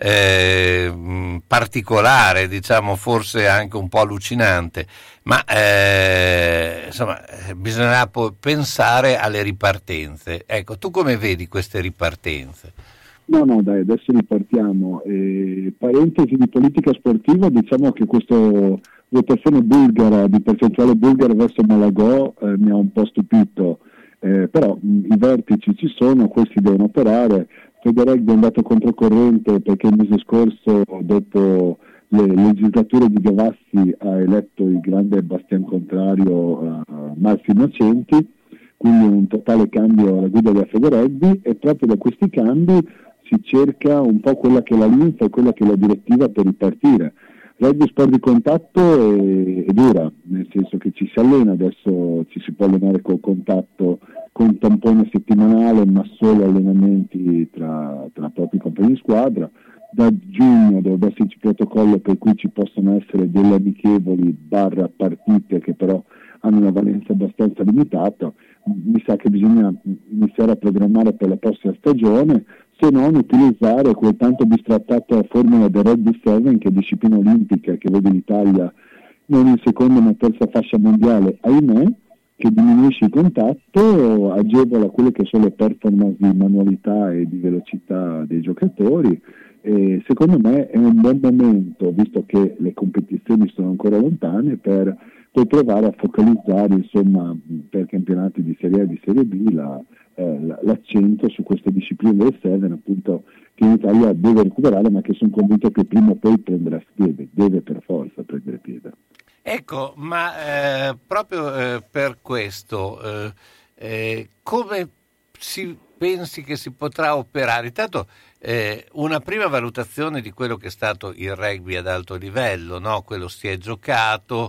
[SPEAKER 3] particolare, diciamo forse anche un po' allucinante, ma insomma bisognerà poi pensare alle ripartenze. Ecco, tu come vedi queste ripartenze?
[SPEAKER 14] No, dai, adesso ripartiamo. Parentesi di politica sportiva, diciamo che questa votazione bulgara, di percentuale bulgara verso Malagò mi ha un po' stupito, però i vertici ci sono, questi devono operare. Federegg è andato controcorrente perché il mese scorso, dopo le legislature di Gavassi, ha eletto il grande bastian contrario Marco Innocenti, quindi un totale cambio alla guida della Federegg, e proprio da questi cambi si cerca un po' quella che è la linfa e quella che è la direttiva per ripartire. Rugby sport di contatto è dura, nel senso che ci si allena, adesso ci si può allenare col contatto con tampone settimanale, ma solo allenamenti tra propri compagni di squadra. Da giugno dovrebbe esserci protocollo per cui ci possono essere delle amichevoli / partite che però hanno una valenza abbastanza limitata. Mi sa che bisogna iniziare a programmare per la prossima stagione, se non utilizzare quel tanto bistrattata formula del Rugby 7, che è disciplina olimpica, che vede l'Italia non in seconda ma terza fascia mondiale, ahimè, che diminuisce il contatto, agevola quelle che sono le performance di manualità e di velocità dei giocatori, e secondo me è un buon momento, visto che le competizioni sono ancora lontane, per provare a focalizzare, insomma, per campionati di Serie A e di Serie B l'accento su queste discipline del 7, appunto, che in Italia deve recuperare, ma che sono convinto che prima o poi prenderà piede, deve per forza prendere piede.
[SPEAKER 3] Ecco, ma proprio per questo, come pensi che si potrà operare? Intanto una prima valutazione di quello che è stato il rugby ad alto livello, no? Quello si è giocato,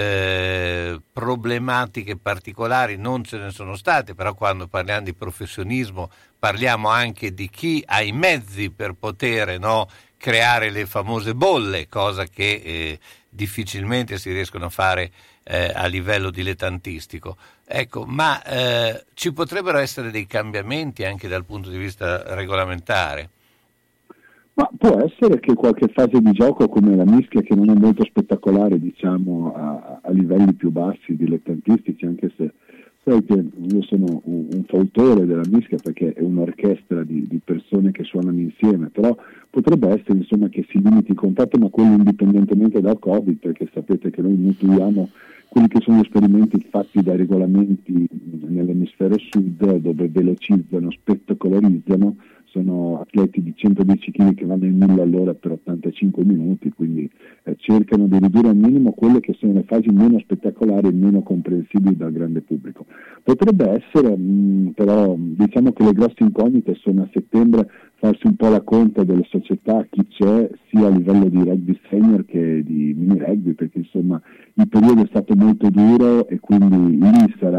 [SPEAKER 3] problematiche particolari non ce ne sono state, però quando parliamo di professionismo parliamo anche di chi ha i mezzi per poter, no, creare le famose bolle, cosa che difficilmente si riescono a fare a livello dilettantistico. Ecco, ma ci potrebbero essere dei cambiamenti anche dal punto di vista regolamentare?
[SPEAKER 14] Ma può essere che qualche fase di gioco come la mischia, che non è molto spettacolare, diciamo, a livelli più bassi, dilettantistici, anche se sai che io sono un fautore della mischia perché è un'orchestra di persone che suonano insieme, però potrebbe essere, insomma, che si limiti il contatto, ma quello indipendentemente dal Covid, perché sapete che noi mutuiamo quelli che sono gli esperimenti fatti dai regolamenti nell'emisfero sud, dove velocizzano, spettacolarizzano. Sono atleti di 110 kg che vanno in 1000 all'ora per 85 minuti, quindi cercano di ridurre al minimo quelle che sono le fasi meno spettacolari e meno comprensibili dal grande pubblico. Potrebbe essere, però diciamo che le grosse incognite sono a settembre farsi un po' la conta delle società, chi c'è sia a livello di rugby senior che di mini rugby, perché insomma il periodo è stato molto duro e quindi lì sarà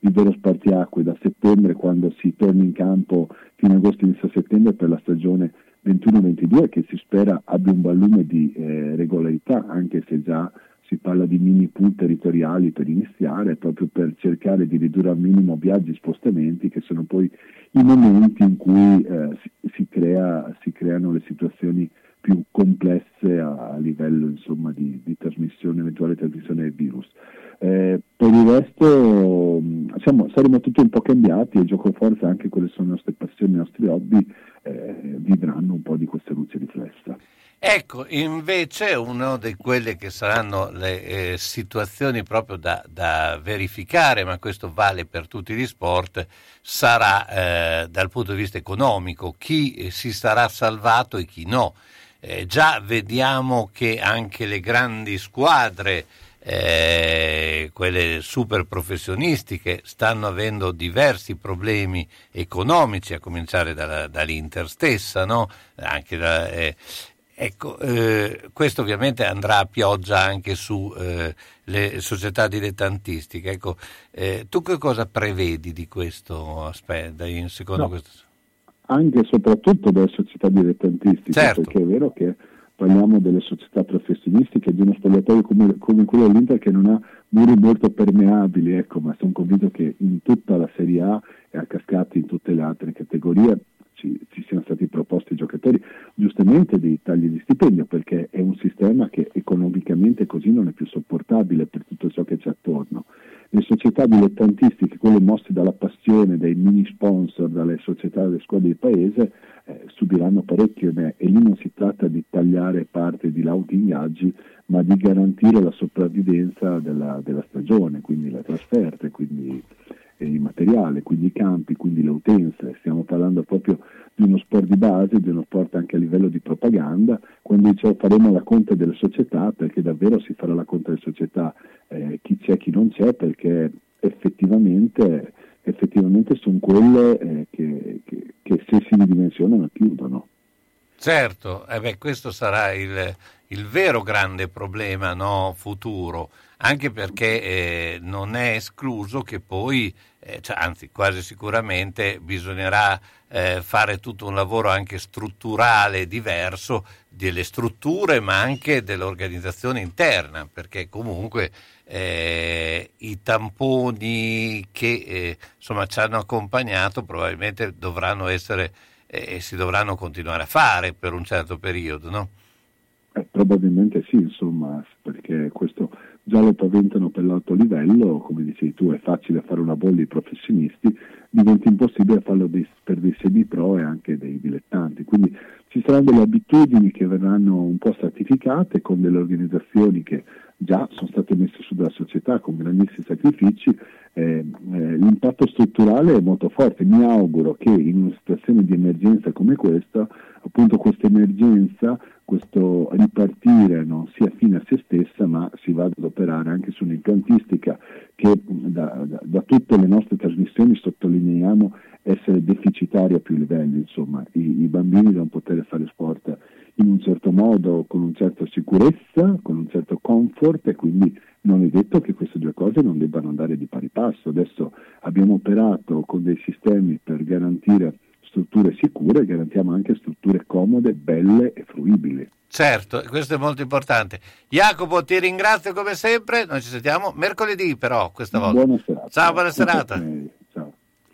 [SPEAKER 14] il vero spartiacque da settembre, quando si torna in campo fino agosto, inizio settembre per la stagione 21-22, che si spera abbia un barlume di regolarità, anche se già si parla di mini pool territoriali per iniziare, proprio per cercare di ridurre al minimo viaggi e spostamenti, che sono poi i momenti in cui si creano le situazioni più complesse a livello, insomma, di trasmissione, eventuale trasmissione del virus. Per il resto saremo tutti un po' cambiati, e gioco forza, anche quelle sono le nostre passioni, i nostri hobby, vivranno un po' di questa luce riflessa.
[SPEAKER 3] Ecco, invece una di quelle che saranno le situazioni proprio da verificare, ma questo vale per tutti gli sport, sarà dal punto di vista economico, chi si sarà salvato e chi no. Già vediamo che anche le grandi squadre, quelle super professionistiche, stanno avendo diversi problemi economici, a cominciare dall'Inter stessa, no? Anche questo ovviamente andrà a pioggia anche su le società dilettantistiche. Ecco, tu che cosa prevedi di questo aspetto, secondo questo?
[SPEAKER 14] Anche e soprattutto delle società dilettantistiche, certo. Perché è vero che parliamo delle società professionistiche, di uno spogliatoio come quello dell'Inter, che non ha muri molto permeabili, ecco, ma sono convinto che in tutta la Serie A e a cascate in tutte le altre categorie ci siano stati proposti giocatori giustamente dei tagli di stipendio, perché è un sistema che economicamente così non è più sopportabile per tutto ciò che c'è attorno. Le società dilettantistiche, quelle mosse dalla passione, dai mini sponsor, dalle società, dalle squadre di paese, subiranno parecchio, e lì non si tratta di tagliare parte di lauti ingaggi, ma di garantire la sopravvivenza della stagione, quindi le trasferte, quindi il materiale, quindi i campi, quindi le utenze. Stiamo parlando proprio di uno sport di base, di uno sport anche a livello di propaganda. Quando dicevo faremo la conta delle società, perché davvero si farà la conta delle società, chi c'è, chi non c'è, perché effettivamente sono quelle che se si ridimensionano chiudono.
[SPEAKER 3] Certo, questo sarà il vero grande problema, no, futuro, anche perché non è escluso che poi, anzi quasi sicuramente, bisognerà fare tutto un lavoro anche strutturale diverso delle strutture, ma anche dell'organizzazione interna, perché comunque i tamponi che insomma ci hanno accompagnato probabilmente dovranno essere e si dovranno continuare a fare per un certo periodo, no?
[SPEAKER 14] Probabilmente sì, insomma, perché questo già lo paventano per l'alto livello, come dicevi tu, è facile fare una bolla di professionisti, diventa impossibile farlo per dei semi-pro e anche dei dilettanti, quindi ci saranno delle abitudini che verranno un po' stratificate, con delle organizzazioni che già sono state messe su dalla società con grandissimi sacrifici. L'impatto strutturale è molto forte. Mi auguro che in una situazione di emergenza come questa, appunto, questa emergenza, questo ripartire non sia fine a se stessa, ma si vada ad operare anche su un'impiantistica che da tutte le nostre trasmissioni sottolineiamo essere deficitaria a più livelli. Insomma, i bambini devono poter fare sport in un certo modo, con una certa sicurezza, con un certo comfort, e quindi non è detto che queste due cose non debbano andare di pari passo. Adesso abbiamo operato con dei sistemi per garantire strutture sicure, garantiamo anche strutture comode, belle e fruibili.
[SPEAKER 3] Certo, questo è molto importante. Jacopo, ti ringrazio come sempre, noi ci sentiamo mercoledì però questa volta.
[SPEAKER 14] Buona serata.
[SPEAKER 3] Ciao, buona serata.
[SPEAKER 14] Ciao.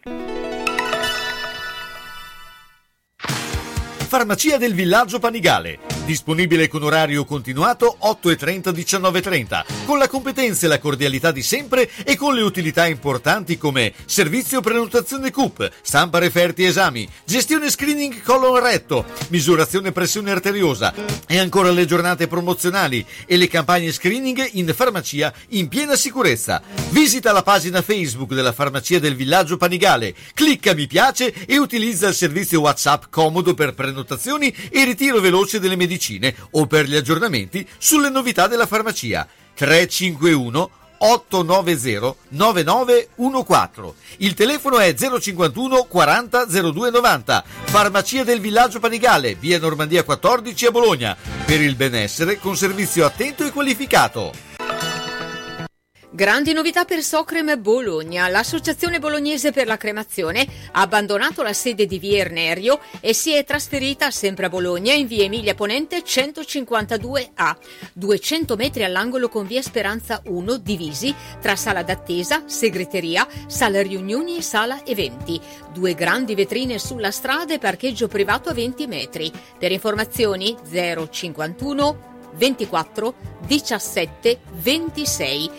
[SPEAKER 2] Farmacia del Villaggio Panigale, disponibile con orario continuato 8:30 19:30, con la competenza e la cordialità di sempre e con le utilità importanti come servizio prenotazione CUP, stampa referti esami, gestione screening colon retto, misurazione pressione arteriosa e ancora le giornate promozionali e le campagne screening in farmacia in piena sicurezza. Visita la pagina Facebook della Farmacia del Villaggio Panigale, clicca mi piace e utilizza il servizio WhatsApp comodo per prenotazioni e ritiro veloce delle medicine o per gli aggiornamenti sulle novità della farmacia. 351 890 9914. Il telefono è 051 40 02 90. Farmacia del Villaggio Panigale, via Normandia 14 a Bologna. Per il benessere con servizio attento e qualificato.
[SPEAKER 5] Grandi novità per Socrem Bologna. L'associazione bolognese per la cremazione ha abbandonato la sede di via Ernerio e si è trasferita sempre a Bologna in via Emilia Ponente 152A, 200 metri all'angolo con via Speranza 1, divisi tra sala d'attesa, segreteria, sala riunioni e sala eventi. 2 grandi vetrine sulla strada e parcheggio privato a 20 metri. Per informazioni 051 24 17 26,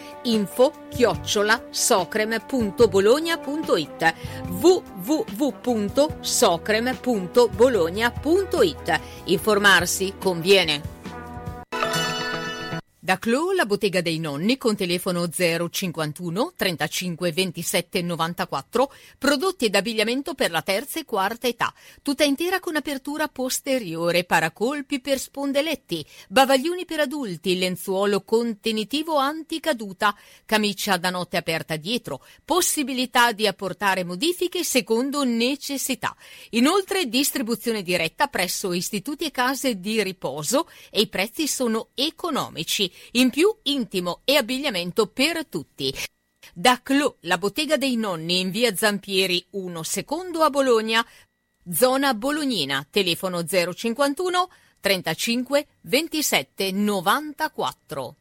[SPEAKER 5] info@socrem.bologna.it, www.socrem.bologna.it. Informarsi conviene. Da Clou, la bottega dei nonni, con telefono 051 35 27 94, prodotti ed abbigliamento per la terza e quarta età, tutta intera con apertura posteriore, paracolpi per spondeletti, bavaglioni per adulti, lenzuolo contenitivo anticaduta, camicia da notte aperta dietro, possibilità di apportare modifiche secondo necessità. Inoltre distribuzione diretta presso istituti e case di riposo e i prezzi sono economici. In più intimo e abbigliamento per tutti. Da Clou, la bottega dei nonni, in via Zampieri 1 secondo a Bologna, zona bolognina, telefono 051 35 27 94.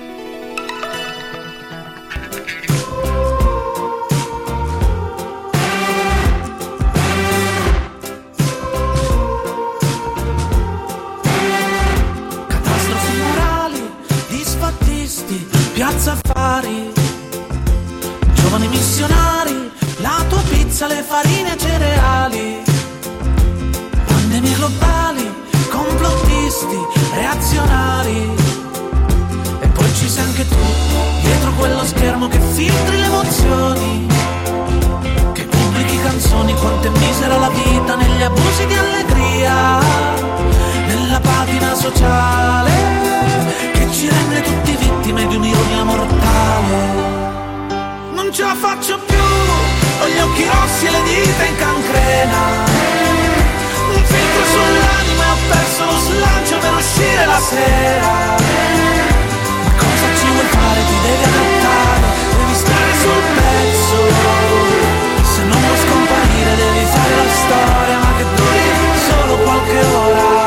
[SPEAKER 13] Piazza Affari, giovani missionari, la tua pizza, le farine e cereali, pandemie globali, complottisti, reazionari, e poi ci sei anche tu, dietro quello schermo che filtri le emozioni, che pubblichi canzoni, quanto è misera la vita negli abusi di allegria, nella patina sociale che ci rende tutti vittime di un'ironia mortale. Non ce la faccio più, ho gli occhi rossi e le dita in cancrena, un filtro sull'anima e ho perso lo slancio per uscire la sera. Ma cosa ci vuoi fare? Ti devi adattare, devi stare sul pezzo, se non vuoi scomparire devi fare la storia, ma che duri solo qualche ora.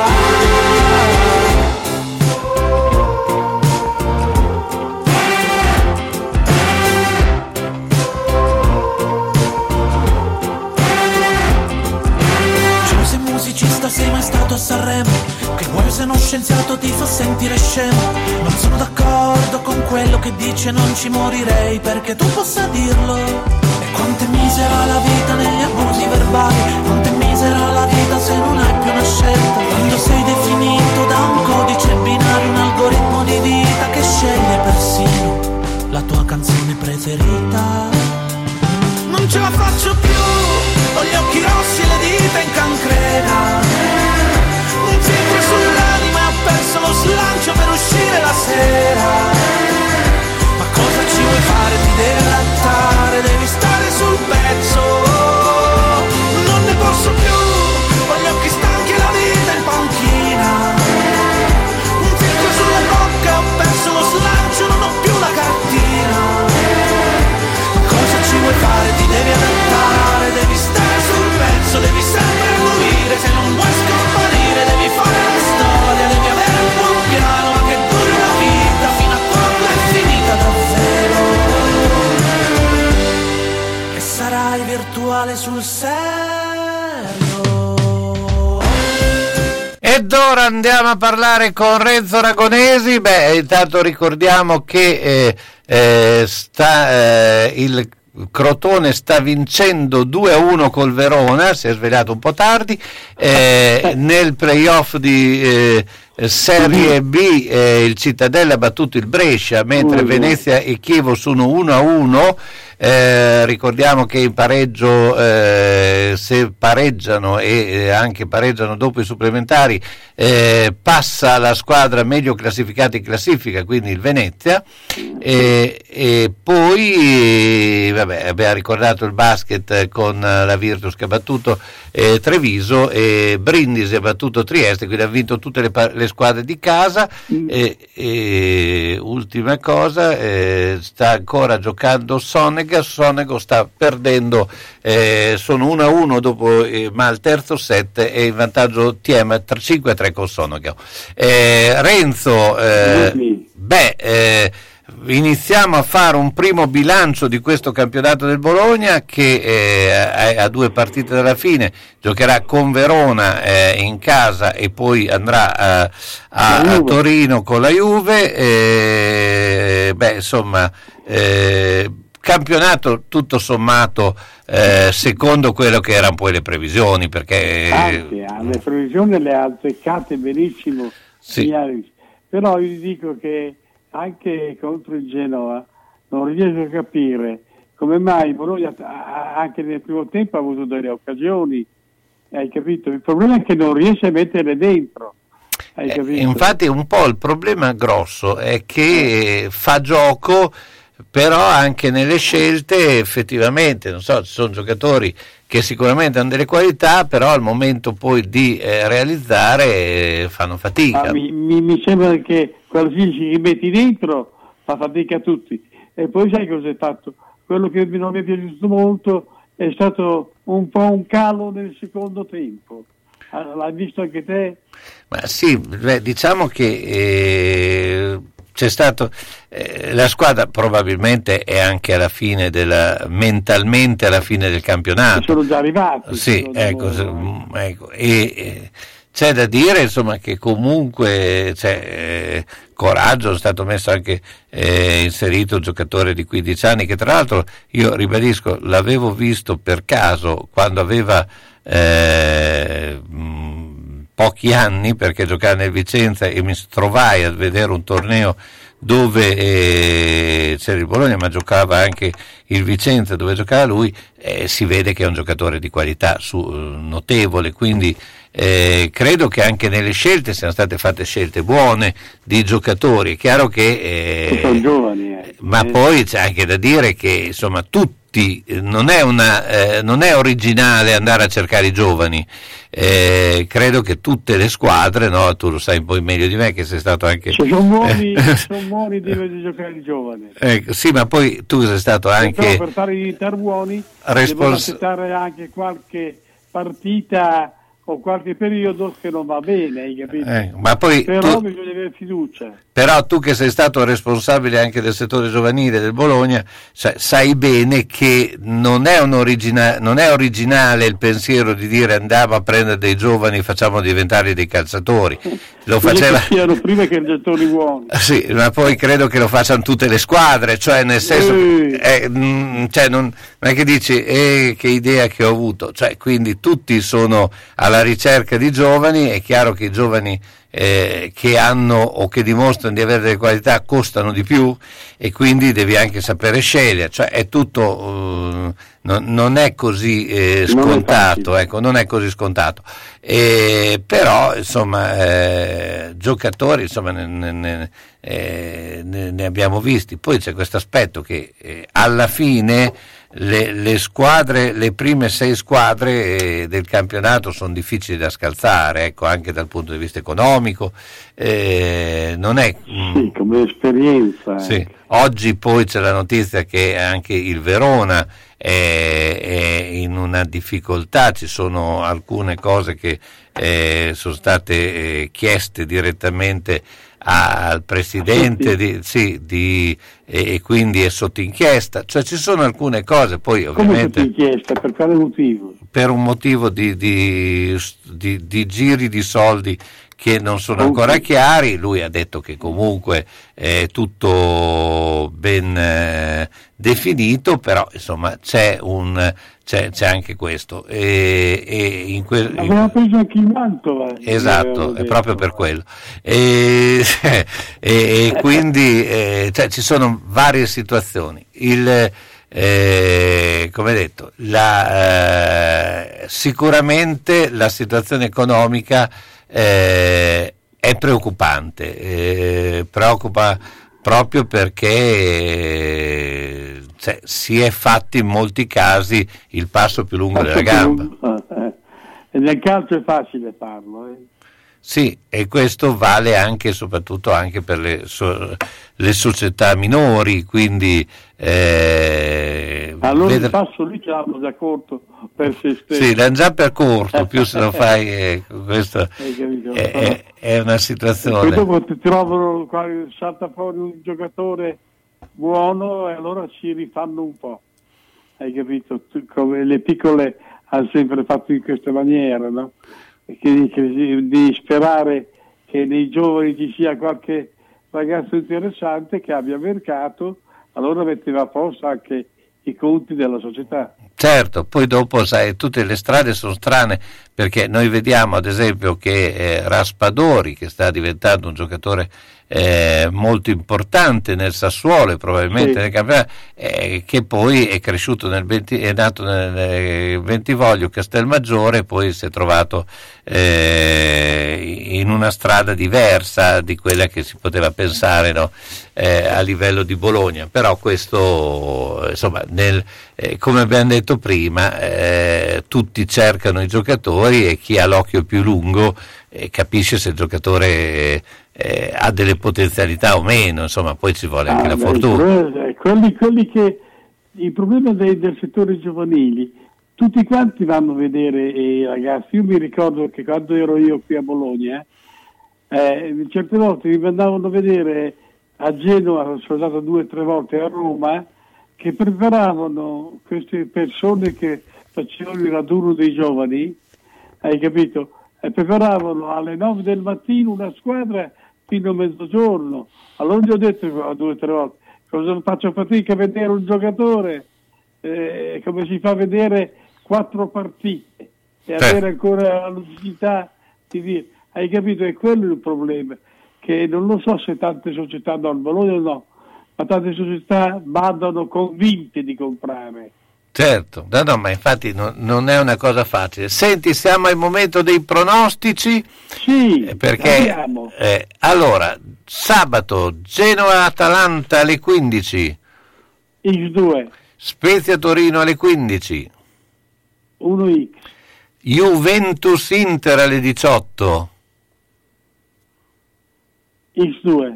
[SPEAKER 13] Sei mai stato a Sanremo? Che vuoi se uno scienziato ti fa sentire scemo? Non sono d'accordo con quello che dice non ci morirei perché tu possa dirlo. E quanto è misera la vita negli abusi verbali, quanto è misera la vita se non hai più una scelta, quando sei definito da un codice binario, un algoritmo di vita che sceglie persino la tua canzone preferita. Non ce la faccio più, ho gli occhi rossi e le dita in cancrena, un filtro sull'anima e ho perso lo slancio per uscire la sera. Ma cosa ci vuoi fare? Ti devi adattare, devi stare sul pezzo. Non ne posso più, ho gli occhi stanchi e la vita in panchina, un filtro sulla bocca e ho perso lo slancio, non ho più la cartina. Ci vuoi fare? Ti devi adattare, devi stare sul pezzo, devi sempre fluire, se non vuoi scomparire devi fare la storia, devi avere un buon piano, ma che duri la vita fino a quando è finita davvero, e sarai virtuale sul serio.
[SPEAKER 3] Ed ora andiamo a parlare con Renzo Ragonesi. Intanto ricordiamo che il Crotone sta vincendo 2-1 col Verona, si è svegliato un po' tardi, nel playoff di Serie B il Cittadella ha battuto il Brescia, mentre Venezia e Chievo sono 1-1. Ricordiamo che in pareggio, se pareggiano e anche pareggiano dopo i supplementari, passa la squadra meglio classificata in classifica, quindi il Venezia, e poi abbiamo ricordato il basket con la Virtus che ha battuto Treviso, e Brindisi ha battuto Trieste, quindi ha vinto tutte le squadre di casa. E ultima cosa, sta ancora giocando Sonego sta perdendo, sono 1-1 dopo, ma al terzo set è in vantaggio Thiem 5-3 con Sonego. Renzo, iniziamo a fare un primo bilancio di questo campionato del Bologna che è a 2 partite dalla fine, giocherà con Verona in casa e poi andrà a Torino con la Juve. Campionato tutto sommato secondo quello che erano poi le previsioni, perché
[SPEAKER 15] le previsioni le ha azzeccate benissimo,
[SPEAKER 3] sì.
[SPEAKER 15] Però io dico che anche contro il Genoa non riesco a capire come mai Bologna anche nel primo tempo ha avuto delle occasioni, hai capito? Il problema è che non riesce a metterle dentro, hai capito?
[SPEAKER 3] Infatti un po' il problema grosso è che fa gioco, però anche nelle scelte effettivamente, non so, ci sono giocatori che sicuramente hanno delle qualità, però al momento poi di realizzare fanno fatica.
[SPEAKER 15] Mi sembra che quando ci rimetti dentro fa fatica a tutti. E poi sai cosa è fatto? Quello che non mi è piaciuto molto è stato un po' un calo nel secondo tempo. L'hai visto anche te?
[SPEAKER 3] Ma sì, diciamo che c'è stato la squadra probabilmente è anche alla fine mentalmente alla fine del campionato.
[SPEAKER 15] Sono già arrivati.
[SPEAKER 3] Sì, ecco. E c'è da dire insomma che comunque coraggio, è stato messo anche inserito un giocatore di 15 anni che tra l'altro io ribadisco l'avevo visto per caso quando aveva pochi anni, perché giocava nel Vicenza e mi trovai a vedere un torneo dove c'era il Bologna ma giocava anche il Vicenza dove giocava lui, si vede che è un giocatore di qualità notevole, quindi credo che anche nelle scelte siano state fatte scelte buone di giocatori. È chiaro che
[SPEAKER 15] sono giovani,
[SPEAKER 3] ma poi c'è anche da dire che insomma non è originale andare a cercare i giovani. Credo che tutte le squadre, no, tu lo sai un po' meglio di me che sei stato anche
[SPEAKER 15] sono buoni di giocare i giovani,
[SPEAKER 3] sì, ma poi tu sei stato anche
[SPEAKER 15] per fare diventare buoni devono accettare anche qualche partita o qualche periodo che non va bene, hai capito?
[SPEAKER 3] Ma poi
[SPEAKER 15] però bisogna avere fiducia.
[SPEAKER 3] Però tu che sei stato responsabile anche del settore giovanile del Bologna, sai bene che non è originale il pensiero di dire andiamo a prendere dei giovani e facciamo diventare dei calciatori. Lo faceva
[SPEAKER 15] siano prima che giocatori buoni.
[SPEAKER 3] Sì, ma poi credo che lo facciano tutte le squadre, cioè nel senso non è che dici che idea che ho avuto, cioè quindi tutti sono alla ricerca di giovani. È chiaro che i giovani che hanno o che dimostrano di avere delle qualità costano di più e quindi devi anche sapere scegliere, cioè è tutto non è così scontato, non è così scontato, però insomma giocatori insomma ne abbiamo visti. Poi c'è questo aspetto che alla fine le squadre, le prime 6 squadre del campionato sono difficili da scalzare, ecco, anche dal punto di vista economico, non è
[SPEAKER 15] sì, come esperienza.
[SPEAKER 3] Sì. Oggi poi c'è la notizia che anche il Verona è in una difficoltà, ci sono alcune cose che sono state chieste direttamente al presidente e quindi è sotto inchiesta, cioè ci sono alcune cose, poi ovviamente
[SPEAKER 15] sotto inchiesta, per quale motivo?
[SPEAKER 3] Per un motivo di giri di soldi che non sono ancora chiari. Lui ha detto che comunque è tutto ben definito, però insomma c'è anche questo
[SPEAKER 15] aveva preso anche il Mantova,
[SPEAKER 3] esatto, è proprio per quello e quindi ci sono varie situazioni. Come detto, sicuramente la situazione economica è preoccupante, preoccupa proprio perché si è fatto in molti casi il passo più lungo della gamba.
[SPEAKER 15] E nel calcio è facile farlo.
[SPEAKER 3] Sì, e questo vale anche e soprattutto anche per le società minori, quindi
[SPEAKER 15] allora il passo lì ce l'hanno già corto per se stesso.
[SPEAKER 3] Sì, l'hanno già percorso, più se lo fai, questo è una situazione.
[SPEAKER 15] E dopo ti trovano, salta fuori un giocatore buono e allora ci rifanno un po', hai capito? Come le piccole hanno sempre fatto in questa maniera, no? Di sperare che nei giovani ci sia qualche ragazzo interessante che abbia mercato, allora metteva a posto anche i conti della società.
[SPEAKER 3] Certo, poi dopo sai, tutte le strade sono strane, perché noi vediamo ad esempio che Raspadori, che sta diventando un giocatore molto importante nel Sassuolo e probabilmente nel campionato, che poi è cresciuto è nato nel Bentivoglio, Castelmaggiore, e poi si è trovato in una strada diversa di quella che si poteva pensare, no? A livello di Bologna. Però questo, insomma, come abbiamo detto prima, tutti cercano i giocatori e chi ha l'occhio più lungo capisce se il giocatore ha delle potenzialità o meno, insomma, poi ci vuole anche la fortuna.
[SPEAKER 15] Il problema del settore giovanili, tutti quanti vanno a vedere i ragazzi. Io mi ricordo che quando ero io qui a Bologna, certe volte mi mandavano a vedere a Genova, sono stato 2 o 3 volte a Roma, che preparavano queste persone che facevano il raduno dei giovani, hai capito? E preparavano alle 9 del mattino una squadra fino a mezzogiorno. Allora gli ho detto 2 o 3 volte, cosa faccio fatica a vedere un giocatore, come si fa a vedere 4 partite e avere ancora la lucidità di dire, hai capito? E quello è il problema, che non lo so se tante società, no, il Bologna no, ma tante società vadano convinte di comprare.
[SPEAKER 3] Certo, no, ma infatti non è una cosa facile. Senti, siamo al momento dei pronostici.
[SPEAKER 15] Sì,
[SPEAKER 3] perché allora, sabato Genoa-Atalanta alle 15,
[SPEAKER 15] X2,
[SPEAKER 3] Spezia-Torino alle 15,
[SPEAKER 15] 1X,
[SPEAKER 3] Juventus-Inter alle 18,
[SPEAKER 15] X2,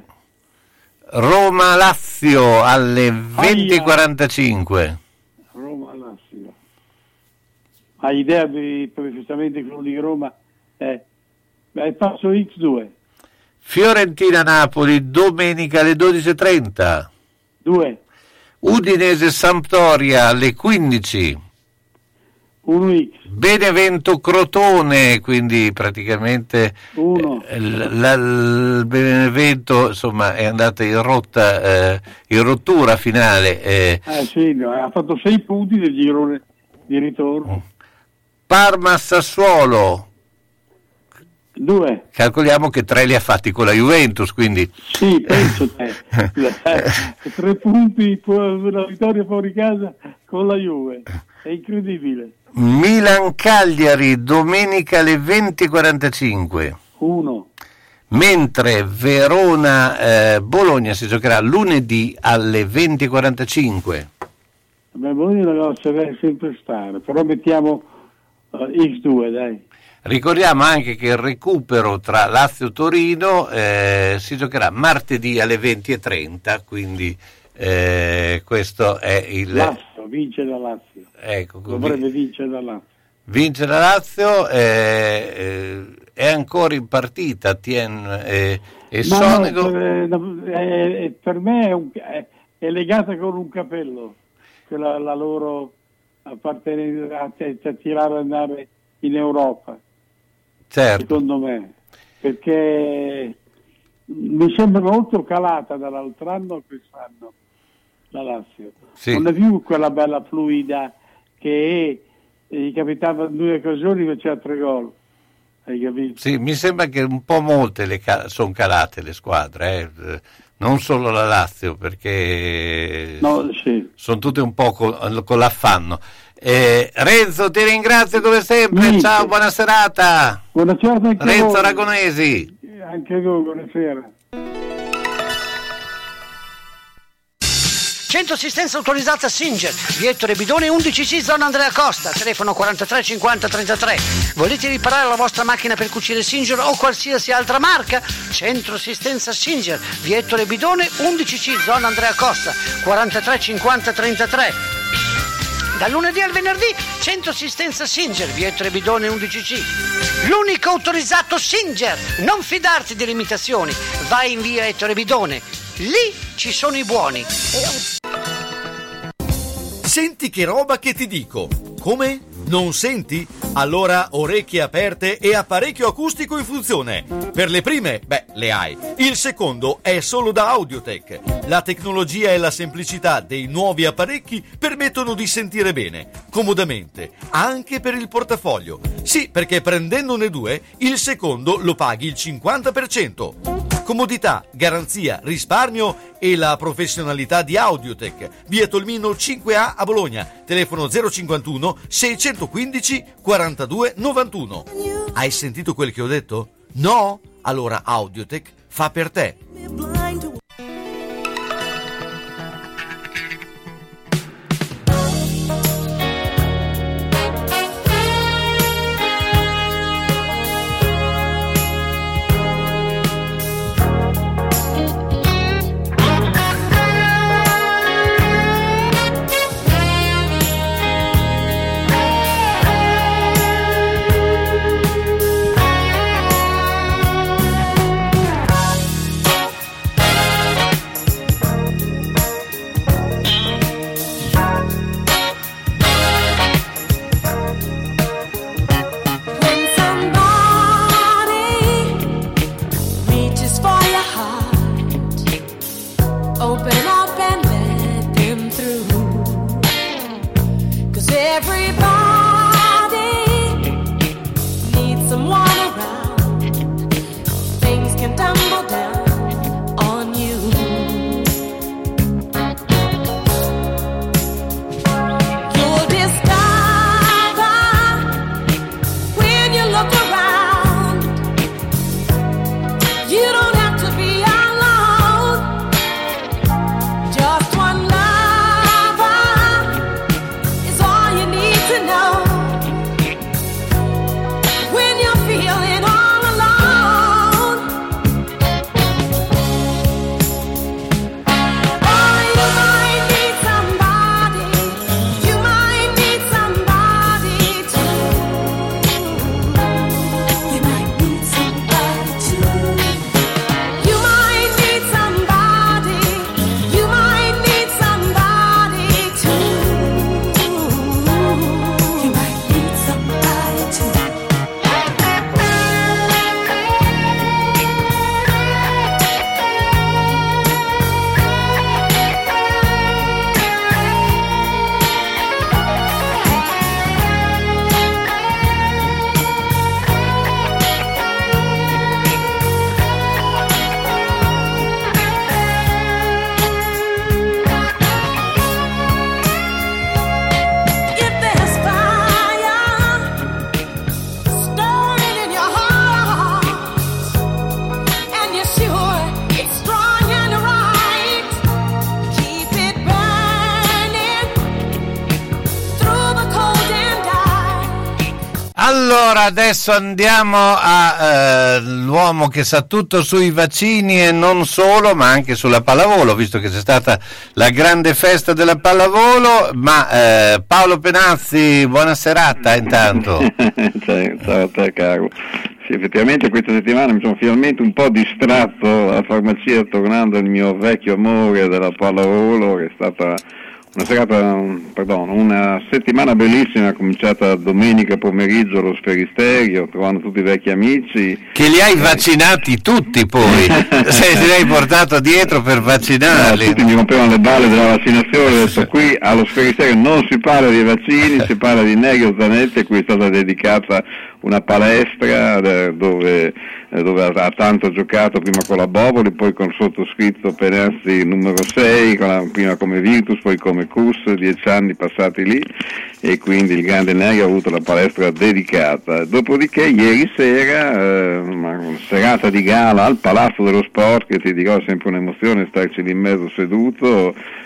[SPEAKER 3] Roma-Lazio alle 20:45.
[SPEAKER 15] Roma-Lazio. Hai idea precisamente quello di Roma? Passo X2.
[SPEAKER 3] Fiorentina-Napoli domenica alle 12:30.
[SPEAKER 15] 2.
[SPEAKER 3] Udinese-Sampdoria alle 15.
[SPEAKER 15] 1X.
[SPEAKER 3] Benevento-Crotone, quindi praticamente
[SPEAKER 15] 1.
[SPEAKER 3] Il Benevento, insomma, è andata in rottura finale.
[SPEAKER 15] Sì, ha fatto 6 punti del girone di ritorno.
[SPEAKER 3] Parma-Sassuolo
[SPEAKER 15] 2.
[SPEAKER 3] Calcoliamo che 3 li ha fatti con la Juventus, quindi
[SPEAKER 15] sì, penso 3 punti, una vittoria fuori casa con la Juve, è incredibile.
[SPEAKER 3] Milan-Cagliari domenica alle 20:45.
[SPEAKER 15] 1.
[SPEAKER 3] Mentre Verona-Bologna si giocherà lunedì alle 20:45.
[SPEAKER 15] Bologna la deve sempre stare, però mettiamo X2, dai.
[SPEAKER 3] Ricordiamo anche che il recupero tra Lazio e Torino si giocherà martedì alle 20:30, quindi questo è il...
[SPEAKER 15] Lazio, vince da Lazio.
[SPEAKER 3] Ecco,
[SPEAKER 15] dovrebbe vincere da Lazio.
[SPEAKER 3] Vince la Lazio, è ancora in partita e Sonego...
[SPEAKER 15] per me è legata con un capello, la loro appartenenza a tirare andare in Europa.
[SPEAKER 3] Certo.
[SPEAKER 15] Secondo me, perché mi sembra molto calata dall'altro anno a quest'anno la Lazio.
[SPEAKER 3] Sì.
[SPEAKER 15] Non è più quella bella fluida che gli capitava in 2 occasioni, faceva 3 gol. Hai capito?
[SPEAKER 3] Sì, mi sembra che un po' molte sono calate le squadre, non solo la Lazio, perché sono tutte un po' con l'affanno. Renzo, ti ringrazio come sempre. Ciao, buona serata.
[SPEAKER 15] Buona serata anche
[SPEAKER 3] Renzo
[SPEAKER 15] voi.
[SPEAKER 3] Aragonesi.
[SPEAKER 15] Anche voi, buonasera.
[SPEAKER 9] Centro assistenza autorizzata Singer, via Ettore Bidone 11C, zona Andrea Costa, telefono 43 50 33. Volete riparare la vostra macchina per cucire Singer o qualsiasi altra marca? Centro assistenza Singer, via Ettore Bidone 11C, zona Andrea Costa, 43 50 33. Dal lunedì al venerdì, Centro assistenza Singer, via Ettore Bidone 11C. L'unico autorizzato Singer. Non fidarti delle imitazioni. Vai in via Ettore Bidone. Lì ci sono i buoni.
[SPEAKER 2] Senti che roba che ti dico. Come? Non senti? Allora orecchie aperte e apparecchio acustico in funzione. Per le prime, le hai. Il secondo è solo da Audiotech. La tecnologia e la semplicità dei nuovi apparecchi permettono di sentire bene, comodamente, anche per il portafoglio. Sì, perché prendendone 2, il secondo lo paghi il 50%. Comodità, garanzia, risparmio e la professionalità di Audiotech. Via Tolmino 5A a Bologna. Telefono 051 615 42 91. Hai sentito quel che ho detto? No? Allora Audiotech fa per te.
[SPEAKER 3] Allora adesso andiamo a l'uomo che sa tutto sui vaccini e non solo, ma anche sulla pallavolo, visto che c'è stata la grande festa della pallavolo. Ma Paolo Penazzi, buona serata intanto.
[SPEAKER 16] Ciao a te caro. Sì, effettivamente questa settimana mi sono finalmente un po' distratto alla farmacia tornando al mio vecchio amore della pallavolo, che è stata una settimana bellissima, cominciata domenica pomeriggio allo Sferisterio, trovando tutti i vecchi amici.
[SPEAKER 3] Che li hai vaccinati tutti poi, se li hai portato dietro per vaccinarli.
[SPEAKER 16] Tutti mi rompevano le balle della vaccinazione, ho detto qui allo Sferisterio non si parla di vaccini, si parla di Negro Zanetti, a cui è stata dedicata una palestra dove ha tanto giocato, prima con la Boboli, poi con il sottoscritto Penazzi numero 6, prima come Virtus, poi come Cus, 10 anni passati lì, e quindi il grande Negro ha avuto la palestra dedicata. Dopodiché ieri sera una serata di gala al Palazzo dello Sport, che ti dirò è sempre un'emozione starci lì in mezzo seduto,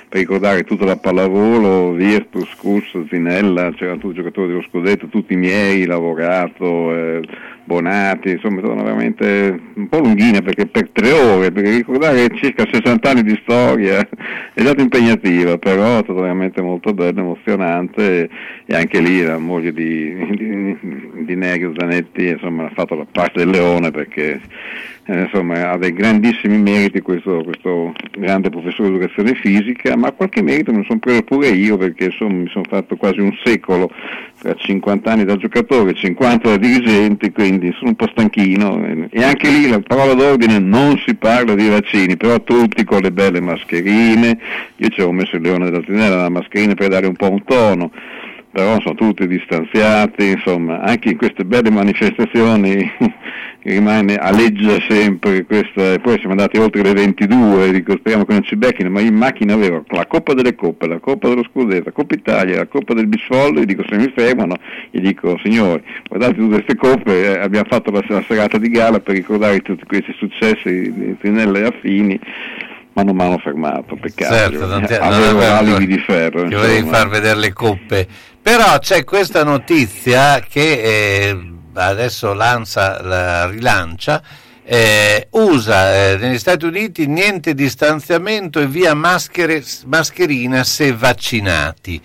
[SPEAKER 16] per ricordare tutta la pallavolo, Virtus, Cus, Zinella, c'erano tutti i giocatori dello Scudetto, tutti miei, Lavorato, Bonatti, insomma sono veramente un po' lunghina perché per 3 ore, perché ricordare circa 60 anni di storia è stata impegnativa, però è stato veramente molto bello, emozionante, e anche lì la moglie di Negri Zanetti, insomma, ha fatto la parte del leone, perché insomma ha dei grandissimi meriti questo grande professore di educazione fisica, ma qualche merito me lo sono preso pure io, perché insomma mi sono fatto quasi un secolo, tra 50 anni da giocatore, 50 da dirigente, quindi sono un po' stanchino, e anche lì la parola d'ordine: non si parla di vaccini, però tutti con le belle mascherine. Io ci avevo messo il leone della Tinella, la mascherina per dare un po' un tono, però sono tutti distanziati, insomma anche in queste belle manifestazioni rimane, aleggia sempre questa, e poi siamo andati oltre le 22, dico speriamo che non ci becchino, ma in macchina avevo la Coppa delle Coppe, la Coppa dello Scudetto, la Coppa Italia, la Coppa del Beach Volley, dico se mi fermano, gli dico signori guardate tutte queste coppe, abbiamo fatto la serata di gala per ricordare tutti questi successi di Tinella e affini. Mano a mano fermato, peccato,
[SPEAKER 3] certo,
[SPEAKER 16] avevo alibi di ferro.
[SPEAKER 3] Ti volevi far vedere le coppe, però c'è questa notizia che adesso l'ANSA la rilancia, USA, negli Stati Uniti niente distanziamento e via mascherina se vaccinati.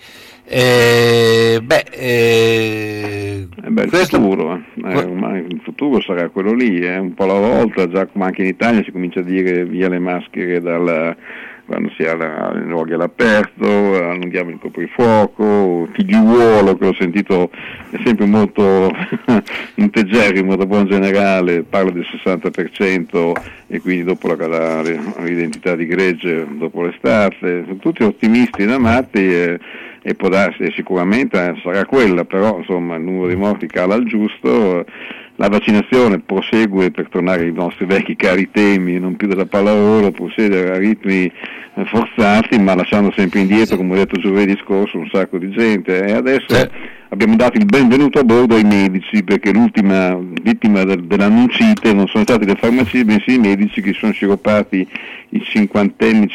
[SPEAKER 16] Il futuro sarà quello lì, un po' alla volta, già come anche in Italia si comincia a dire via le maschere quando si ha i luoghi all'aperto, allunghiamo il coprifuoco, figliuolo, che ho sentito è sempre molto integerrimo da buon generale, parla del 60% e quindi dopo l'identità di gregge dopo l'estate, sono tutti ottimisti da matti, e può darsi, sicuramente sarà quella, però insomma il numero di morti cala al giusto, la vaccinazione prosegue, per tornare ai nostri vecchi cari temi, non più della pallavolo, procede a ritmi forzati, ma lasciando sempre indietro, come ho detto giovedì scorso, un sacco di gente, e adesso abbiamo dato il benvenuto a bordo ai medici, perché l'ultima vittima dell'annuncite non sono stati le farmacie, bensì i medici, che sono sciroppati i 50enni,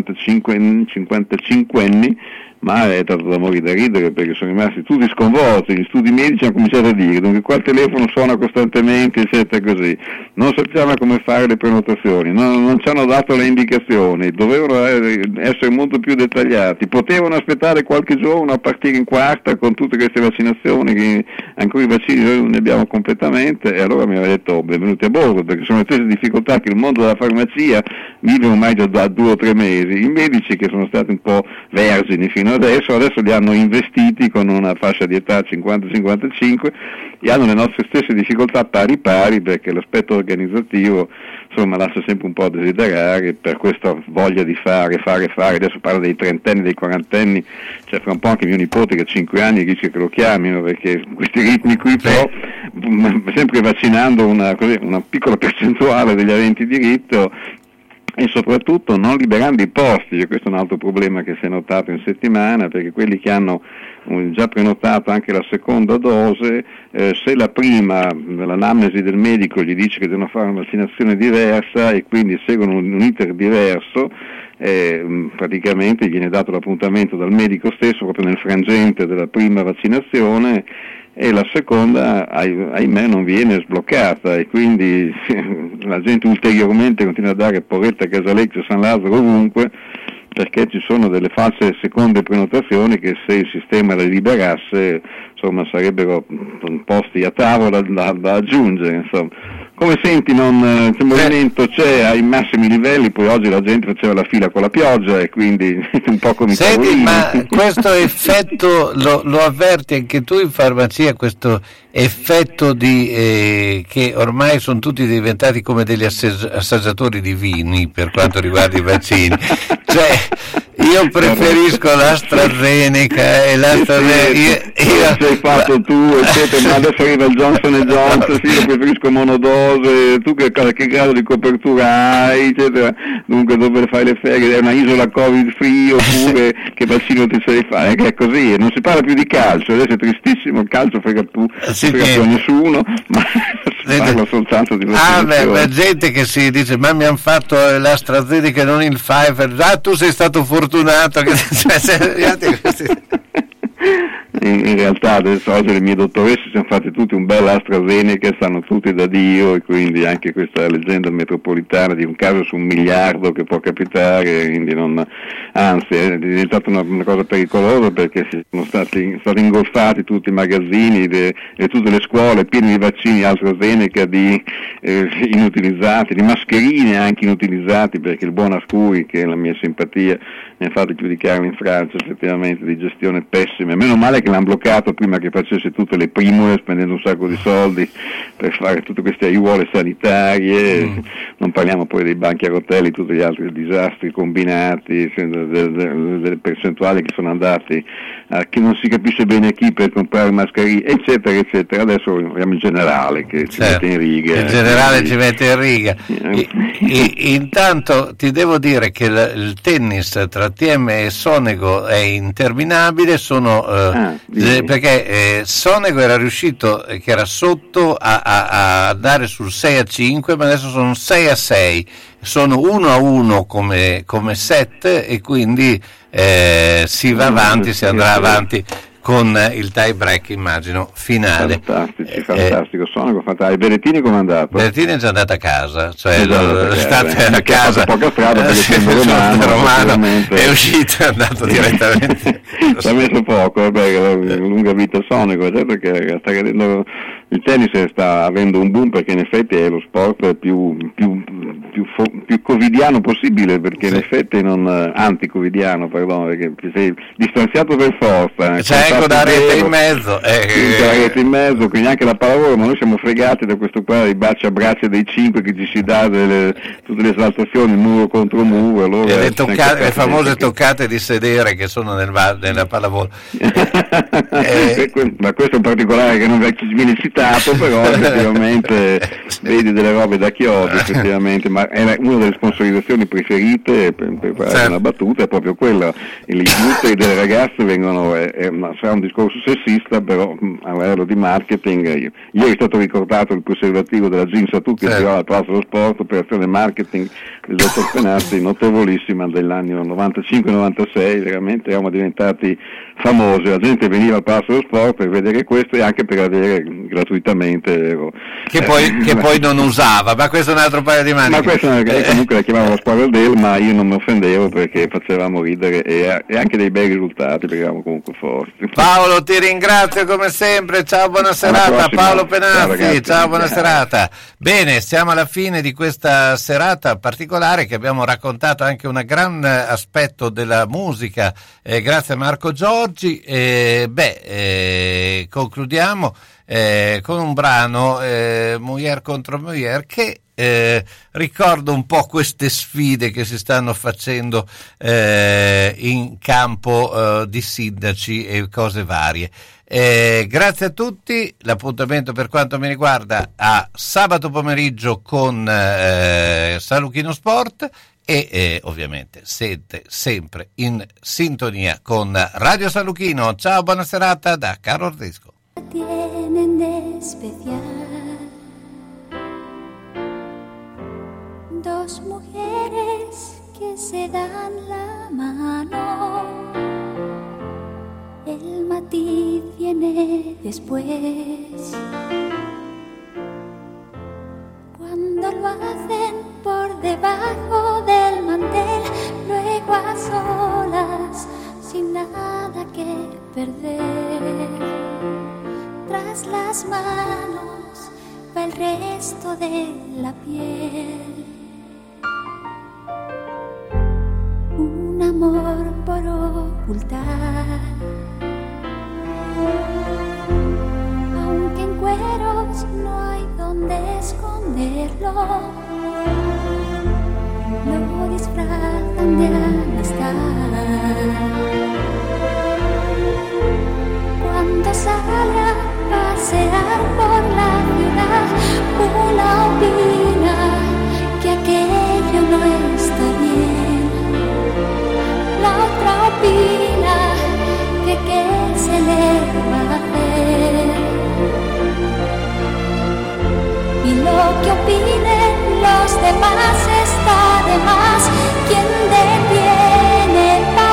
[SPEAKER 16] 55enni, ma è stato da morire da ridere, perché sono rimasti tutti sconvolti. Gli studi medici hanno cominciato a dire dunque qua il telefono suona costantemente, eccetera, così, non sappiamo come fare le prenotazioni, non ci hanno dato le indicazioni, dovevano essere molto più dettagliati, potevano aspettare qualche giorno a partire in quarta con tutte queste vaccinazioni, che ancora i vaccini noi non ne abbiamo completamente, e allora mi aveva detto benvenuti a bordo, perché sono le stesse difficoltà che il mondo della farmacia vive ormai già da 2 o 3 mesi. I medici, che sono stati un po' vergini fino adesso li hanno investiti con una fascia di età 50-55 e hanno le nostre stesse difficoltà pari, perché l'aspetto organizzativo insomma lascia sempre un po' a desiderare, per questa voglia di fare. Adesso parlo dei 30enni, dei 40enni, c'è fra un po' anche mio nipote che ha 5 anni rischia che lo chiamino, perché questi ritmi qui, però sempre vaccinando una piccola percentuale degli aventi diritto, e soprattutto non liberando i posti. Questo è un altro problema che si è notato in settimana, perché quelli che hanno già prenotato anche la seconda dose, se la prima, l'anamnesi del medico gli dice che devono fare una vaccinazione diversa e quindi seguono un iter diverso, praticamente viene dato l'appuntamento dal medico stesso proprio nel frangente della prima vaccinazione, e la seconda ahimè non viene sbloccata, e quindi la gente ulteriormente continua a dare Porretta, Casalecchio, San Lazzaro, ovunque, perché ci sono delle false seconde prenotazioni che, se il sistema le liberasse, insomma sarebbero posti a tavola da aggiungere, insomma. Come senti, il movimento c'è ai massimi livelli, poi oggi la gente faceva la fila con la pioggia e quindi un po' come
[SPEAKER 3] Senti, ma questo effetto lo avverti anche tu in farmacia, questo effetto che ormai sono tutti diventati come degli assaggiatori di vini per quanto riguarda i vaccini? Cioè, io preferisco l'AstraZeneca e l'AstraZeneca.
[SPEAKER 16] Io sei fatto tu, eccetera, ma adesso arriva il Johnson & Johnson, sì, io preferisco monodose, tu che grado di copertura hai, eccetera, dunque dove fai le ferie, è una isola covid free, oppure che vaccino ti sei fare, che è così, e non si parla più di calcio, adesso è tristissimo, il calcio frega più a nessuno, ma si parla soltanto di vaccinazione.
[SPEAKER 3] Beh, gente che si dice, ma mi hanno fatto l'AstraZeneca e non il Pfizer, tu sei stato fortunato, fortunato che
[SPEAKER 16] in realtà adesso oggi le mie dottoresse si sono fatte tutti un bel AstraZeneca, stanno tutti da Dio, e quindi anche questa leggenda metropolitana di un caso su 1 miliardo che può capitare, quindi anzi è diventata una cosa pericolosa, perché sono stati ingolfati tutti i magazzini e tutte le scuole piene di vaccini AstraZeneca inutilizzati, di mascherine anche inutilizzati, perché il buon Ascuri, che è la mia simpatia, mi ha fatto giudicare in Francia effettivamente di gestione pessima. Meno male che l'hanno bloccato prima che facesse tutte le primule, spendendo un sacco di soldi per fare tutte queste aiuole sanitarie. Non parliamo poi dei banchi a rotelle, tutti gli altri disastri combinati, delle percentuali che sono andati a chi non si capisce bene chi per comprare mascherine, eccetera eccetera. Adesso abbiamo il generale che ci mette in riga.
[SPEAKER 3] Il generale ci mette in riga. Intanto ti devo dire che il tennis tra TM e Sonego è interminabile, perché Sonego era riuscito, che era sotto, a andare sul 6-5, ma adesso sono 6-6, sono 1-1 come set, e quindi si va avanti, si andrà avanti con il tie break, immagino, finale.
[SPEAKER 16] Fantastico, Sonego fantastico. E Berrettini come è andato?
[SPEAKER 3] Berrettini è già andato a casa, cioè l'estate a casa,
[SPEAKER 16] poca strada perché
[SPEAKER 3] Romano è uscito, è andato direttamente.
[SPEAKER 16] Ci ha messo poco, lunga vita Sonego, perché sta credendo. Il tennis sta avendo un boom, perché in effetti è lo sport più covidiano possibile, perché in effetti anti-covidiano, perché ti sei distanziato per forza.
[SPEAKER 3] C'è anche la rete in mezzo.
[SPEAKER 16] La rete in mezzo, quindi anche la pallavolo, ma noi siamo fregati da questo qua, i baci a braccia dei 5 che ci si dà, tutte le esaltazioni, muro contro muro. Allora
[SPEAKER 3] le famose toccate di sedere che sono nella pallavolo.
[SPEAKER 16] Ma questo è un particolare che non viene citato, però effettivamente vedi delle robe da chiodi, effettivamente, ma è una delle sponsorizzazioni preferite per fare una battuta, è proprio quella. Gli utili delle ragazze vengono, sarà un discorso sessista, però a livello di marketing, ieri è stato ricordato il preservativo della Ginsa che tirò al Palazzo dello Sport, operazione marketing del dottor Penazzi, notevolissima, dell'anno 95-96, veramente eravamo diventati famosi, la gente veniva al Palazzo dello Sport per vedere questo e anche per avere gratuitamente
[SPEAKER 3] che poi non usava, ma questo è un altro paio di maniche.
[SPEAKER 16] Ma questo comunque la chiamavano la squadra ma io non mi offendevo perché facevamo ridere e anche dei bei risultati, perché eravamo comunque forti.
[SPEAKER 3] Paolo, ti ringrazio come sempre, ciao, buona serata. Paolo Penazzi, ciao, buona serata. Bene, siamo alla fine di questa serata particolare, che abbiamo raccontato anche un gran aspetto della musica, grazie a Marco Giorgi. Concludiamo con un brano, Mujer contro Mujer, che ricorda un po' queste sfide che si stanno facendo in campo di sindaci e cose varie. Grazie a tutti, l'appuntamento per quanto mi riguarda a sabato pomeriggio con Saluchino Sport, e ovviamente siete sempre in sintonia con Radio Saluchino. Ciao, buona serata da Carlo Ordisco.
[SPEAKER 17] Tienen de especial dos mujeres que se dan la mano, el matiz viene después, cuando lo hacen por debajo del mantel, luego a solas sin nada que perder. Tras las manos va el resto de la piel. Un amor por ocultar, aunque en cueros no hay donde esconderlo, lo disfrazan de amistad. Cuando sale a pasear por la ciudad, una opina que aquello no está bien, la otra opina que qué se le va a hacer. Y lo que opinen los demás está de más. ¿Quién detiene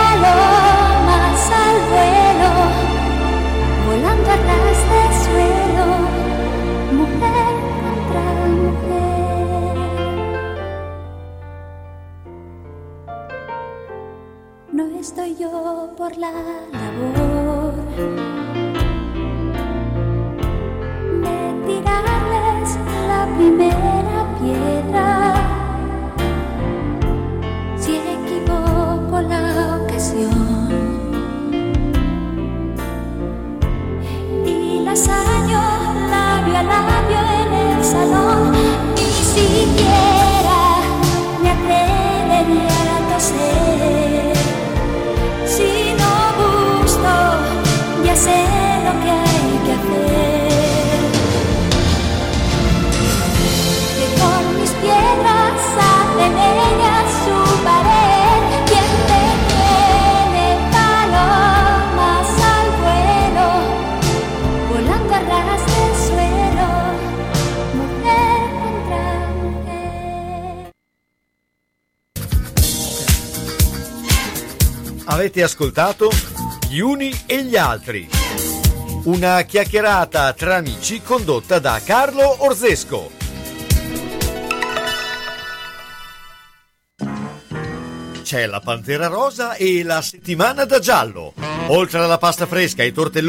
[SPEAKER 17] no estoy yo por la labor de tirarles la primera piedra. Si equivoco la ocasión y las hallo labio a labio en el salón, ni siquiera me atrevería a toser. Si no gusto, ya sé lo que hay que hacer. Que con mis piedras hace leña su pared. Quien te tiene palomas al vuelo, volando a ras del suelo, mujer contra mujer.
[SPEAKER 2] Avete ascoltato Gli uni e gli altri, una chiacchierata tra amici condotta da Carlo Orzesco. C'è la Pantera Rosa e la Settimana da Giallo. Oltre alla pasta fresca e ai tortelloni